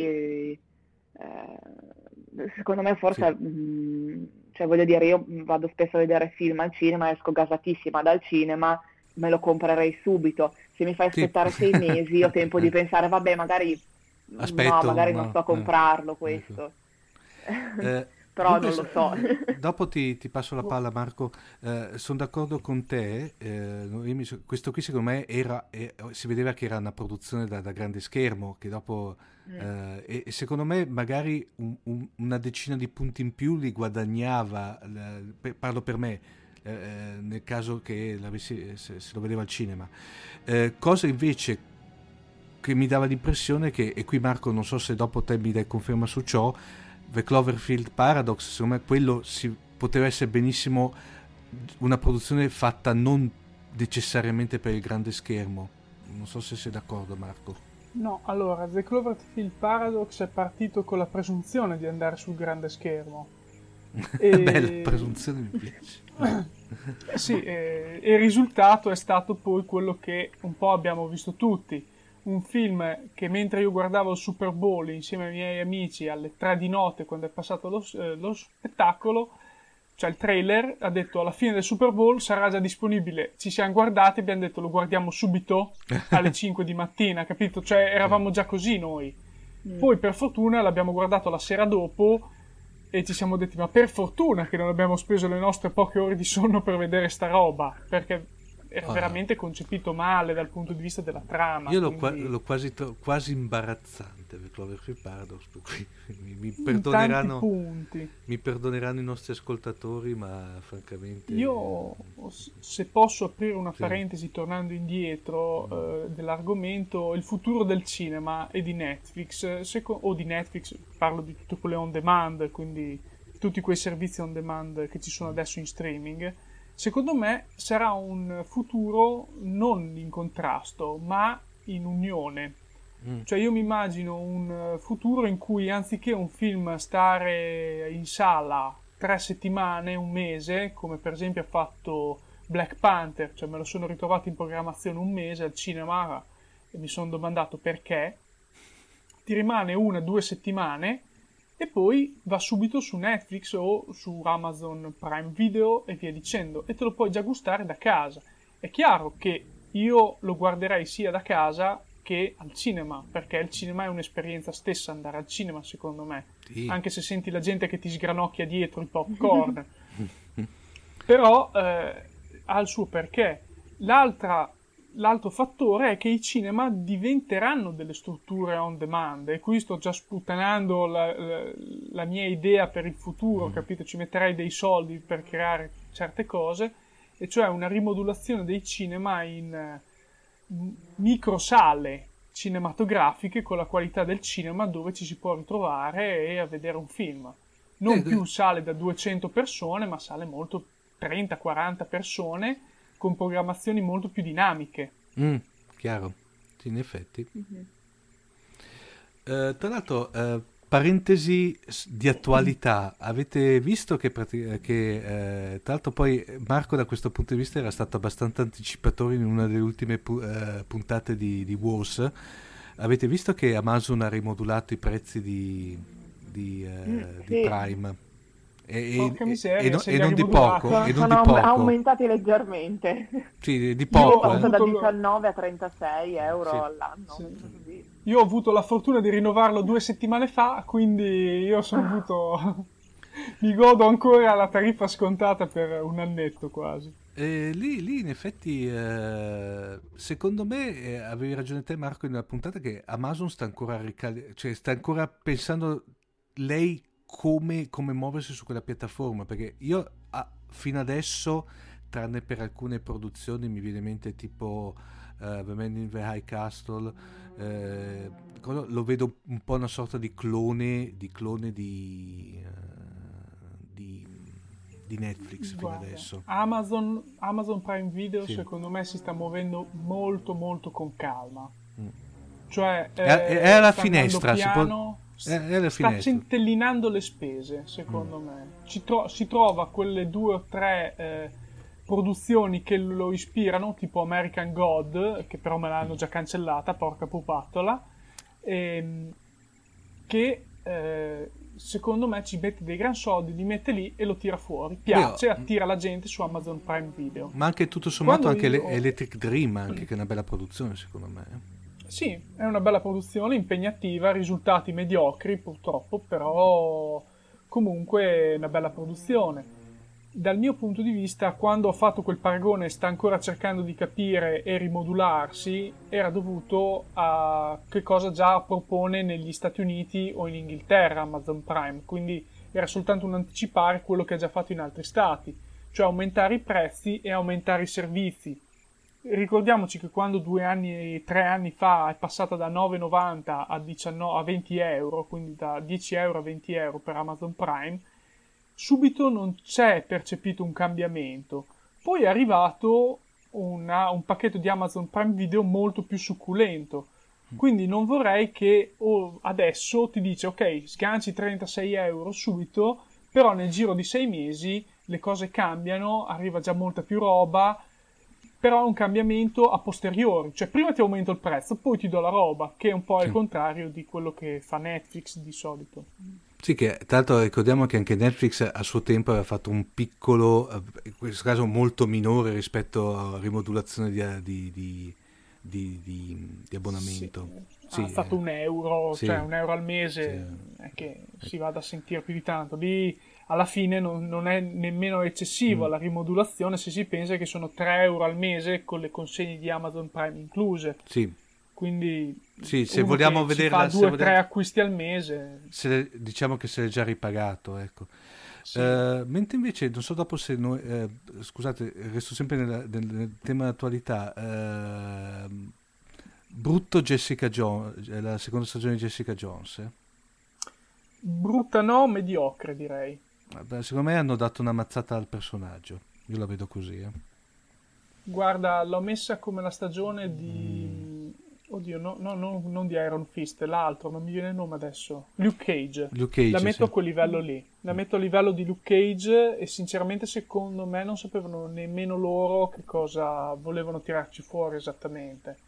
secondo me sì. forse, cioè voglio dire, io vado spesso a vedere film al cinema, esco gasatissima dal cinema, me lo comprerei subito. Se mi fai Sì. aspettare 6 mesi, ho tempo di pensare, vabbè, magari no, Aspetto, magari non sto a comprarlo ecco. questo. Però Dunque, non lo so. dopo ti passo la palla, Marco. Sono d'accordo con te. Questo qui secondo me si vedeva che era una produzione da grande schermo, che dopo e secondo me magari una decina di punti in più li guadagnava, parlo per me, nel caso che se lo vedeva al cinema. Cosa invece che mi dava l'impressione che, e qui Marco non so se dopo te mi dai conferma su ciò, The Cloverfield Paradox, secondo me quello poteva essere benissimo una produzione fatta non necessariamente per il grande schermo. Non so se sei d'accordo, Marco. No, allora, The Cloverfield Paradox è partito con la presunzione di andare sul grande schermo. Bella presunzione, mi piace. Sì, e il risultato è stato poi quello che un po' abbiamo visto tutti. Un film che mentre io guardavo il Super Bowl insieme ai miei amici alle 3 di notte, quando è passato lo spettacolo, cioè il trailer, ha detto alla fine del Super Bowl sarà già disponibile. Ci siamo guardati e abbiamo detto lo guardiamo subito alle 5 di mattina, capito? Cioè eravamo già così noi. Poi per fortuna l'abbiamo guardato la sera dopo e ci siamo detti ma per fortuna che non abbiamo speso le nostre poche ore di sonno per vedere sta roba, perché era veramente concepito male dal punto di vista della trama. Io quindi l'ho quasi imbarazzante per Cloverfield Paradox, per cui mi tanti punti. mi perdoneranno i nostri ascoltatori, ma francamente Io, se posso aprire una Sì. parentesi tornando indietro dell'argomento, il futuro del cinema e di Netflix, o di Netflix, parlo di tutte quelle on demand, quindi tutti quei servizi on demand che ci sono adesso in streaming, secondo me sarà un futuro non in contrasto, ma in unione. Cioè io mi immagino un futuro in cui anziché un film stare in sala 3 settimane, un mese, come per esempio ha fatto Black Panther, cioè me lo sono ritrovato in programmazione un mese al cinema e mi sono domandato perché, ti rimane 1 o 2 settimane e poi va subito su Netflix o su Amazon Prime Video e via dicendo, e te lo puoi già gustare da casa. È chiaro che io lo guarderei sia da casa che al cinema, perché il cinema è un'esperienza stessa, andare al cinema secondo me, Sì. anche se senti la gente che ti sgranocchia dietro il popcorn. Però ha il suo perché. L'altro fattore è che i cinema diventeranno delle strutture on demand, e qui sto già sputtanando la mia idea per il futuro, capito? Ci metterei dei soldi per creare certe cose, e cioè una rimodulazione dei cinema in microsale cinematografiche con la qualità del cinema, dove ci si può ritrovare e a vedere un film. Non più sale da 200 persone, ma sale molto 30-40 persone con programmazioni molto più dinamiche. Chiaro, sì, in effetti. Tra l'altro, parentesi di attualità, avete visto che tra l'altro poi Marco da questo punto di vista era stato abbastanza anticipatore in una delle ultime puntate di Wars. Avete visto che Amazon ha rimodulato i prezzi di sì. Prime? Porca miseria, se E li ha non di rimodulati. poco, e non Sono di poco. aumentati leggermente. Sì, di Io poco. ho Passano da avuto 19 a 36 euro Sì. all'anno. Sì. Così. Io ho avuto la fortuna di rinnovarlo 2 settimane fa, quindi io sono avuto... mi godo ancora la tariffa scontata per un annetto quasi. Lì in effetti secondo me avevi ragione te Marco in una puntata che Amazon sta ancora cioè sta ancora pensando lei come muoversi su quella piattaforma, perché io fino adesso, tranne per alcune produzioni, mi viene in mente tipo The Man in the High Castle, lo vedo un po' una sorta di clone di di Netflix fino Guarda, adesso. Amazon Prime Video Sì. secondo me si sta muovendo molto molto con calma. Mm. Cioè È alla sta andando finestra, piano, è alla sta finestra. centellinando le spese, secondo me. Si trova quelle 2 o 3 produzioni che lo ispirano, tipo American God, che però me l'hanno già cancellata, porca pupattola, che secondo me ci mette dei gran soldi, li mette lì e lo tira fuori. Piace, attira la gente su Amazon Prime Video. Ma anche tutto sommato Quando anche io- Electric Dream, anche, che è una bella produzione secondo me. Sì, è una bella produzione, impegnativa, risultati mediocri purtroppo, però comunque è una bella produzione. Dal mio punto di vista, quando ho fatto quel paragone, sta ancora cercando di capire e rimodularsi, era dovuto a che cosa già propone negli Stati Uniti o in Inghilterra Amazon Prime, quindi era soltanto un anticipare quello che ha già fatto in altri stati, cioè aumentare i prezzi e aumentare i servizi. Ricordiamoci che quando 3 anni fa è passata da 9,90 a 20 euro, quindi da 10 euro a 20 euro per Amazon Prime, subito non c'è percepito un cambiamento. Poi è arrivato un pacchetto di Amazon Prime Video molto più succulento. Quindi non vorrei che adesso ti dice ok, sganci 36 euro subito, però nel giro di 6 mesi le cose cambiano, arriva già molta più roba, però è un cambiamento a posteriori, cioè prima ti aumento il prezzo, poi ti do la roba, che è un po' il contrario di quello che fa Netflix di solito. Sì, che tra l'altro ricordiamo che anche Netflix a suo tempo aveva fatto un piccolo, in questo caso molto minore rispetto a rimodulazione di abbonamento. Sì, Ha fatto €1, sì, cioè €1 al mese, è che si vada a sentire più di tanto. Lì alla fine non è nemmeno eccessiva la rimodulazione se si pensa che sono €3 al mese con le consegne di Amazon Prime incluse. sì. Quindi Sì, se uno vogliamo che vederla, si fa 2-3 acquisti al mese. diciamo che se l'è già ripagato, ecco. Sì. Mentre invece, non so dopo se noi, scusate, resto sempre nel tema dell'attualità, brutto Jessica Jones, la seconda stagione di Jessica Jones. Brutta no, mediocre direi. Beh, secondo me hanno dato una mazzata al personaggio, io la vedo così. Guarda, l'ho messa come la stagione di... Oddio, non di Iron Fist, l'altro, non mi viene il nome adesso. Luke Cage. La metto sì. a quel livello lì. La metto a livello di Luke Cage e sinceramente secondo me non sapevano nemmeno loro che cosa volevano tirarci fuori esattamente.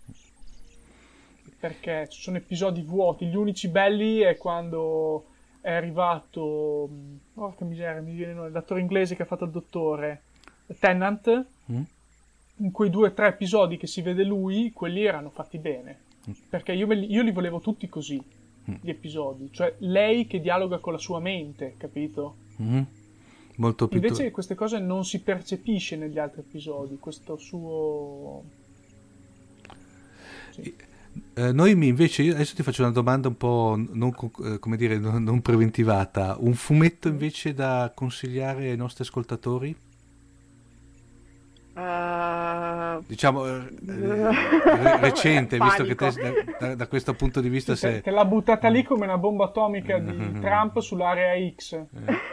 Perché ci sono episodi vuoti. Gli unici belli è quando è arrivato... Porca miseria, mi viene il nome. L'attore inglese che ha fatto il dottore. Tennant. In quei 2 o 3 episodi che si vede lui, quelli erano fatti bene. Perché io li volevo tutti così, gli episodi. Cioè, lei che dialoga con la sua mente, capito? Molto più Invece queste cose non si percepisce negli altri episodi, questo suo... Sì. Noi invece, io adesso ti faccio una domanda un po' come dire, non preventivata. Un fumetto invece da consigliare ai nostri ascoltatori? Diciamo recente, visto che te da questo punto di vista Sì, te l'ha buttata lì come una bomba atomica di Trump sull'area X.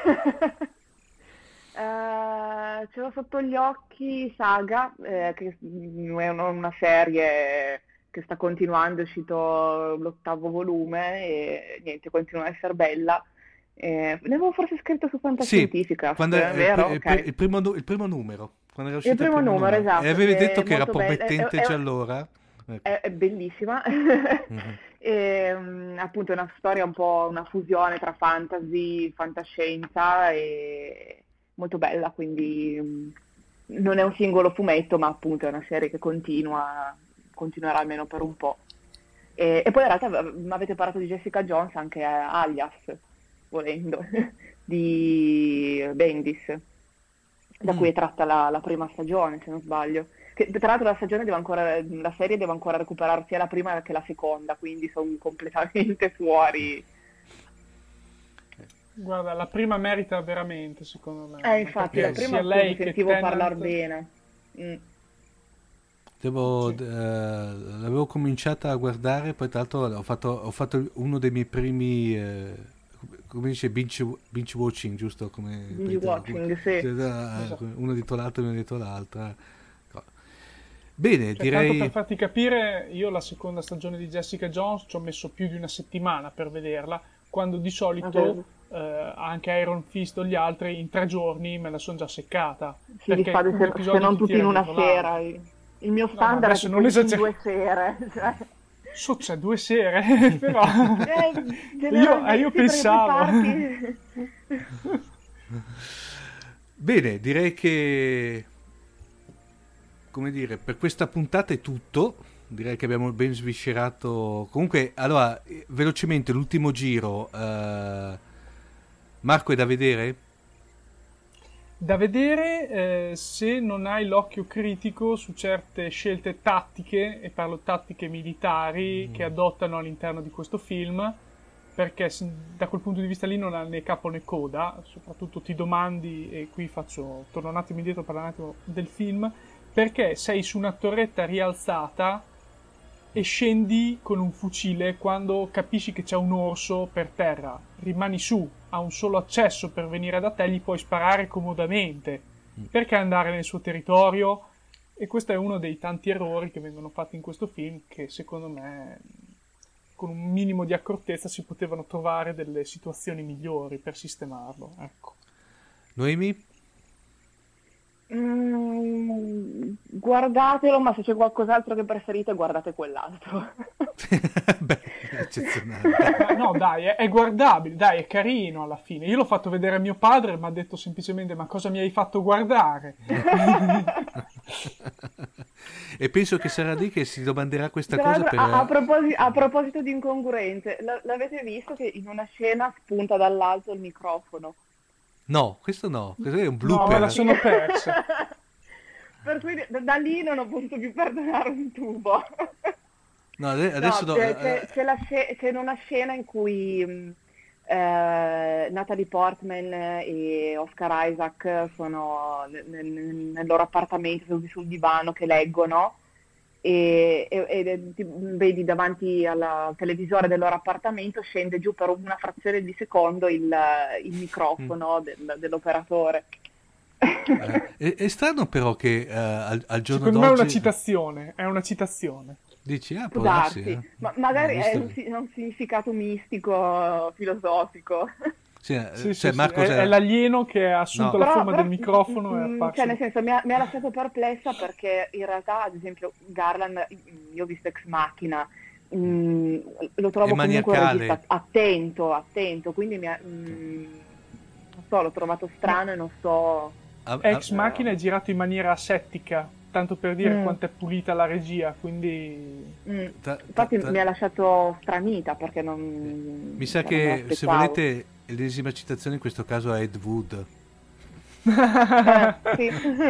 Ce l'ho sotto gli occhi Saga, che è una serie che sta continuando, è uscito l'8º volume e niente, continua a essere bella. Ne avevo forse scritto su Fantascientificast, quando vero? Okay. il primo numero, quando era uscito Il primo numero, esatto. E avevi che detto è che era molto bella. promettente già allora. È bellissima. E, appunto è una storia un po' una fusione tra fantasy, fantascienza e molto bella, quindi non è un singolo fumetto, ma appunto è una serie che continuerà almeno per un po'. E poi in realtà mi avete parlato di Jessica Jones, anche Alias, volendo, di Bendis, da cui è tratta la prima stagione, se non sbaglio. Che, tra l'altro la serie deve ancora recuperare sia la prima che la seconda, quindi sono completamente fuori. Guarda, la prima merita veramente, secondo me. Infatti, la prima sia lei mi sentivo che parlare Tennant... bene. L'avevo cominciata a guardare, poi tra l'altro ho fatto uno dei miei primi come dice, binge watching, giusto? Come Binge watching, sì. Esatto. Uno dietro l'altro, uno dietro l'altra. Bene, Cioè, direi... tanto per farti capire, io la seconda stagione di Jessica Jones ci ho messo più di una settimana per vederla, quando di solito anche Iron Fist o gli altri in 3 giorni me la sono già seccata. Sì, li perché fate un se episodio non ti tutti tira in una dietro l'altro. sera. Il mio No, standard è adesso tipo non in esager- 2 sere. Cioè. C'è 2 sere, però io Generalmente pensavo. per i parti- Bene, direi che, come dire, per questa puntata è tutto. Direi che abbiamo ben sviscerato. Comunque, allora, velocemente, l'ultimo giro. Marco, è da vedere? Da vedere se non hai l'occhio critico su certe scelte tattiche, e parlo tattiche militari, che adottano all'interno di questo film, perché da quel punto di vista lì non ha né capo né coda. Soprattutto ti domandi, e qui torno un attimo indietro, parlo un attimo del film, perché sei su una torretta rialzata e scendi con un fucile quando capisci che c'è un orso per terra. Rimani su, ha un solo accesso per venire da te, gli puoi sparare comodamente. Perché andare nel suo territorio? E questo è uno dei tanti errori che vengono fatti in questo film, che secondo me con un minimo di accortezza si potevano trovare delle situazioni migliori per sistemarlo. Ecco. Noemi? Guardatelo, ma se c'è qualcos'altro che preferite, guardate quell'altro. Beh, eccezionale. Ma no, dai, è guardabile, dai, è carino alla fine. Io l'ho fatto vedere a mio padre e mi ha detto semplicemente: ma cosa mi hai fatto guardare? E penso che sarà lì che si domanderà questa Tra cosa l'altro, per... a proposito di incongruenze, l'avete visto che in una scena spunta dall'alto il microfono? No, questo è un No, blooper. me la sono persa. Per cui da lì non ho potuto più perdonare un tubo. No, adesso no. C'è una scena in cui Natalie Portman e Oscar Isaac sono nel loro appartamento, seduti sul divano che leggono, e vedi davanti al televisore del loro appartamento scende giù per una frazione di secondo il microfono dell'operatore. È strano però che al giorno Secondo me è d'oggi... è una citazione. Dici, Può può darsi, darsi, ma magari è visto- un significato mistico, filosofico. Sì, Sì, cioè sì, Marco è l'alieno che ha assunto No. la forma del microfono e è apparso. Cioè, nel senso, mi ha lasciato perplessa perché in realtà, ad esempio, Garland, io ho visto Ex Machina, lo trovo È comunque un maniacale. regista attento, quindi non so, l'ho trovato strano e non so... Ex Machina è girato in maniera asettica, tanto per dire quanto è pulita la regia, quindi... Infatti mi ha lasciato stranita perché non... Mi sa cioè, non me che se l'aspettavo. volete l'ennesima citazione in questo caso è Ed Wood. Sì.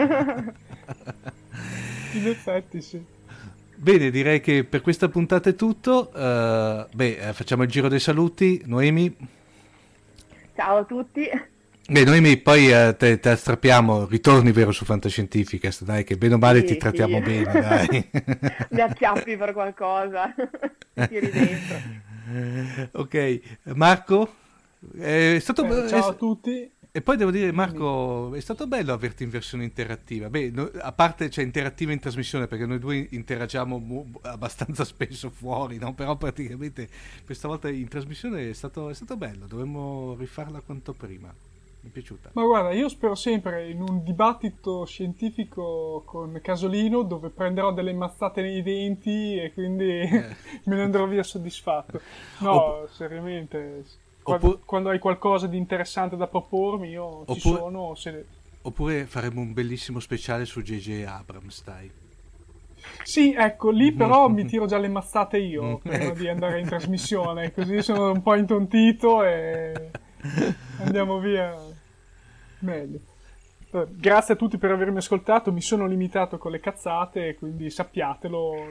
In effetti sì. Bene, direi che per questa puntata è tutto. Facciamo il giro dei saluti. Noemi? Ciao a tutti. Beh, Noemi, poi te strappiamo, ritorni vero su Fantascientificast, dai, che bene o male Sì, ti trattiamo sì. bene, dai. Mi acchiappi per qualcosa. Mi tiri dentro. Ok, Marco? È stato... Ciao a tutti. E poi devo dire, Marco, è stato bello averti in versione interattiva. Beh, a parte interattiva in trasmissione, perché noi due interagiamo abbastanza spesso fuori, no? Però praticamente questa volta in trasmissione è stato bello. Dovremmo rifarla quanto prima. Mi è piaciuta. Ma guarda, io spero sempre in un dibattito scientifico con Casolino dove prenderò delle mazzate nei denti e quindi me ne andrò via soddisfatto. No, seriamente... Quando hai qualcosa di interessante da propormi, io ci sono. Oppure faremo un bellissimo speciale su J.J. Abrams, dai. Sì, ecco, lì però mi tiro già le mazzate io prima di andare in trasmissione, così sono un po' intontito e andiamo via meglio. Grazie a tutti per avermi ascoltato, mi sono limitato con le cazzate, quindi sappiatelo.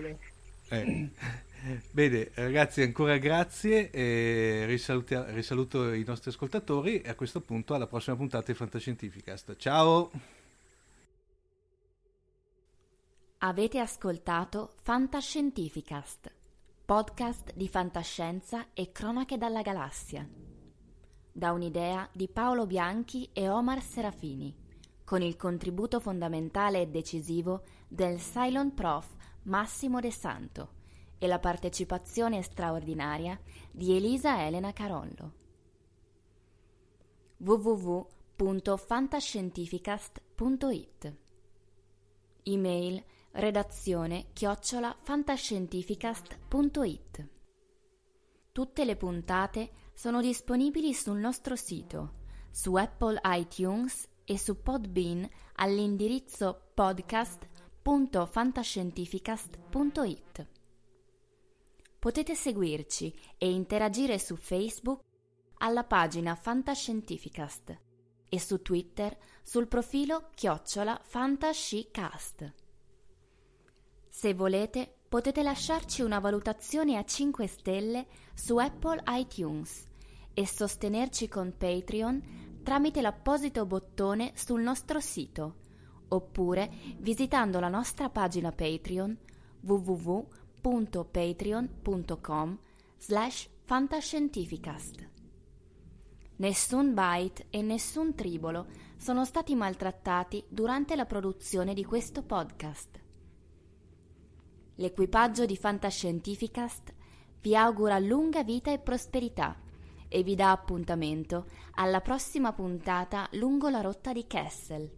Bene, ragazzi, ancora grazie, risaluto i nostri ascoltatori e a questo punto alla prossima puntata di Fantascientificast. Ciao! Avete ascoltato Fantascientificast, podcast di fantascienza e cronache dalla galassia. da un'idea di Paolo Bianchi e Omar Serafini, con il contributo fondamentale e decisivo del Cylon Prof Massimo De Santo e la partecipazione straordinaria di Elisa Elena Carollo. www.fantascientificast.it. Email redazione@fantascientificast.it. Tutte le puntate sono disponibili sul nostro sito, su Apple iTunes e su Podbean all'indirizzo podcast.fantascientificast.it. Potete seguirci e interagire su Facebook alla pagina Fantascientificast e su Twitter sul profilo @fantascicast. Se volete, potete lasciarci una valutazione a 5 stelle su Apple iTunes e sostenerci con Patreon tramite l'apposito bottone sul nostro sito, oppure visitando la nostra pagina Patreon www.patreon.com/fantascientificast. Nessun byte e nessun tribolo sono stati maltrattati durante la produzione di questo podcast. L'equipaggio di Fantascientificast vi augura lunga vita e prosperità e vi dà appuntamento alla prossima puntata lungo la rotta di Kessel.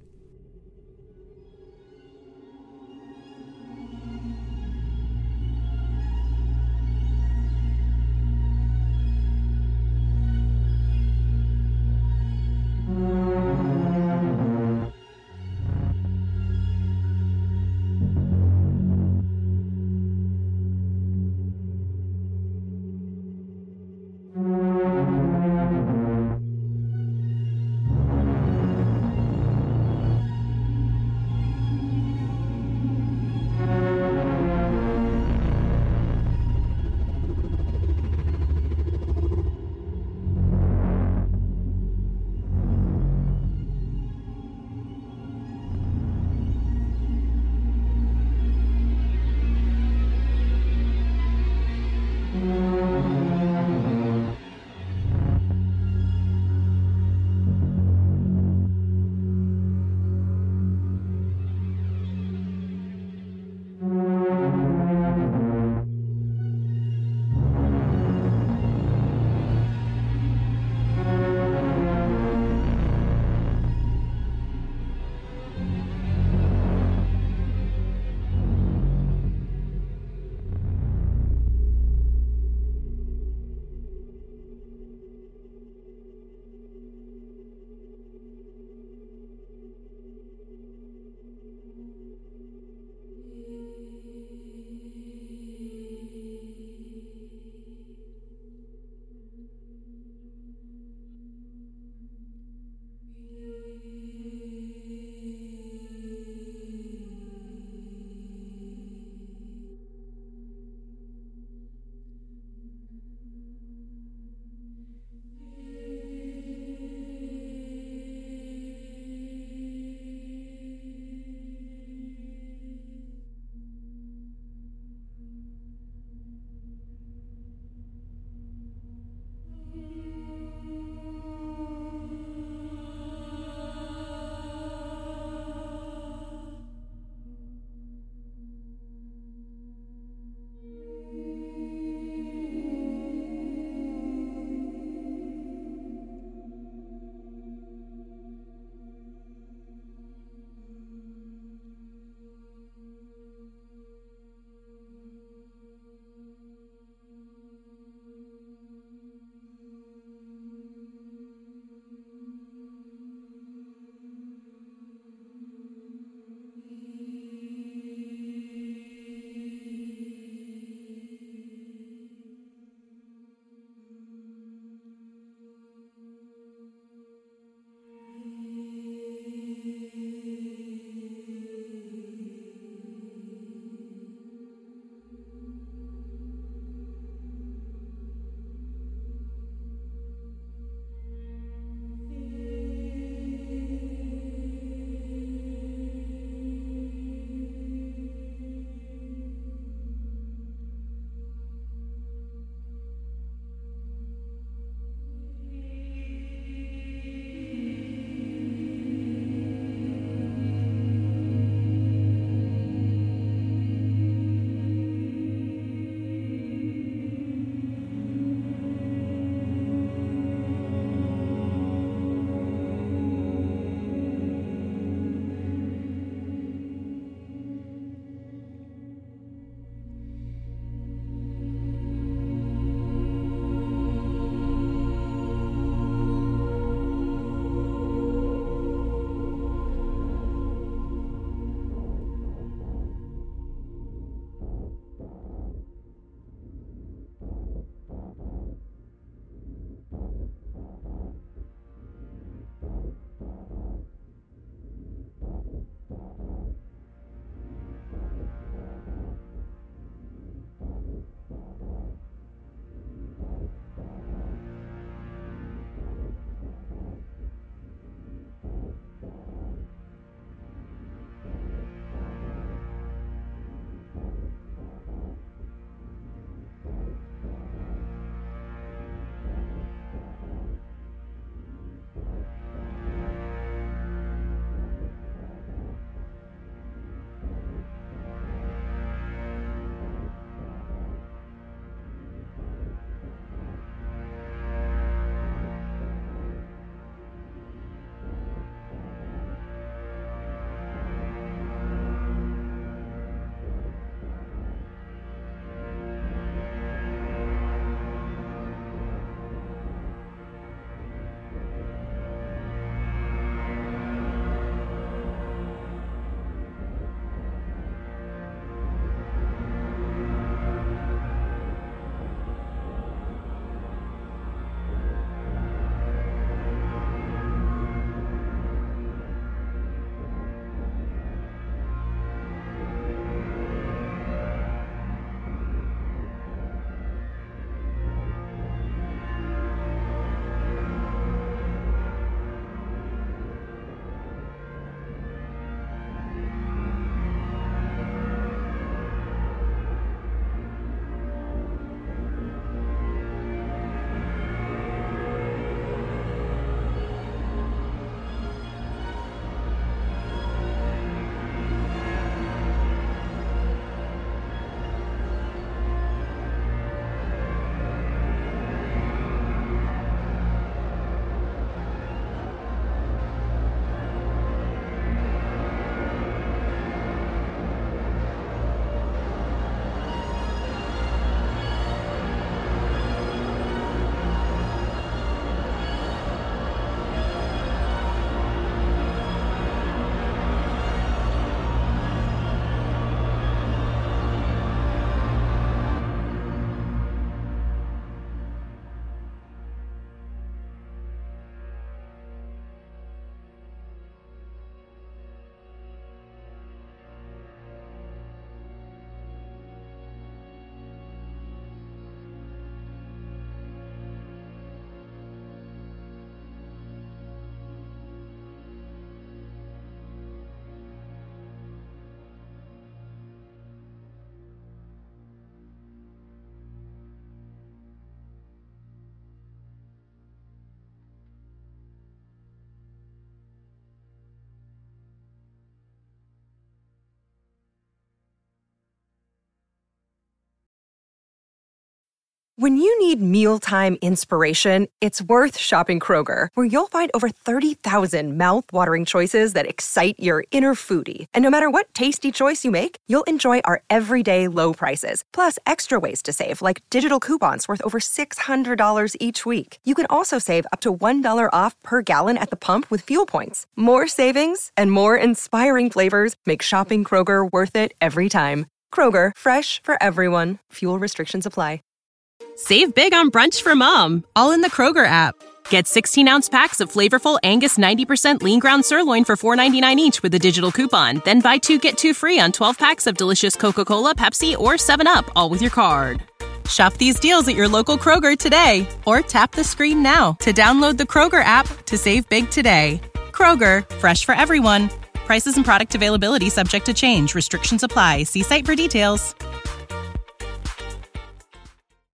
When you need mealtime inspiration, it's worth shopping Kroger, where you'll find over 30,000 mouth-watering choices that excite your inner foodie. And no matter what tasty choice you make, you'll enjoy our everyday low prices, plus extra ways to save, like digital coupons worth over $600 each week. You can also save up to $1 off per gallon at the pump with fuel points. More savings and more inspiring flavors make shopping Kroger worth it every time. Kroger, fresh for everyone. Fuel restrictions apply. Save big on brunch for mom, all in the Kroger app. Get 16-ounce packs of flavorful Angus 90% lean ground sirloin for $4.99 each with a digital coupon. Then buy 2, get 2 free on 12 packs of delicious Coca-Cola, Pepsi, or 7-Up, all with your card. Shop these deals at your local Kroger today, or tap the screen now to download the Kroger app to save big today. Kroger, fresh for everyone. Prices and product availability subject to change. Restrictions apply. See site for details.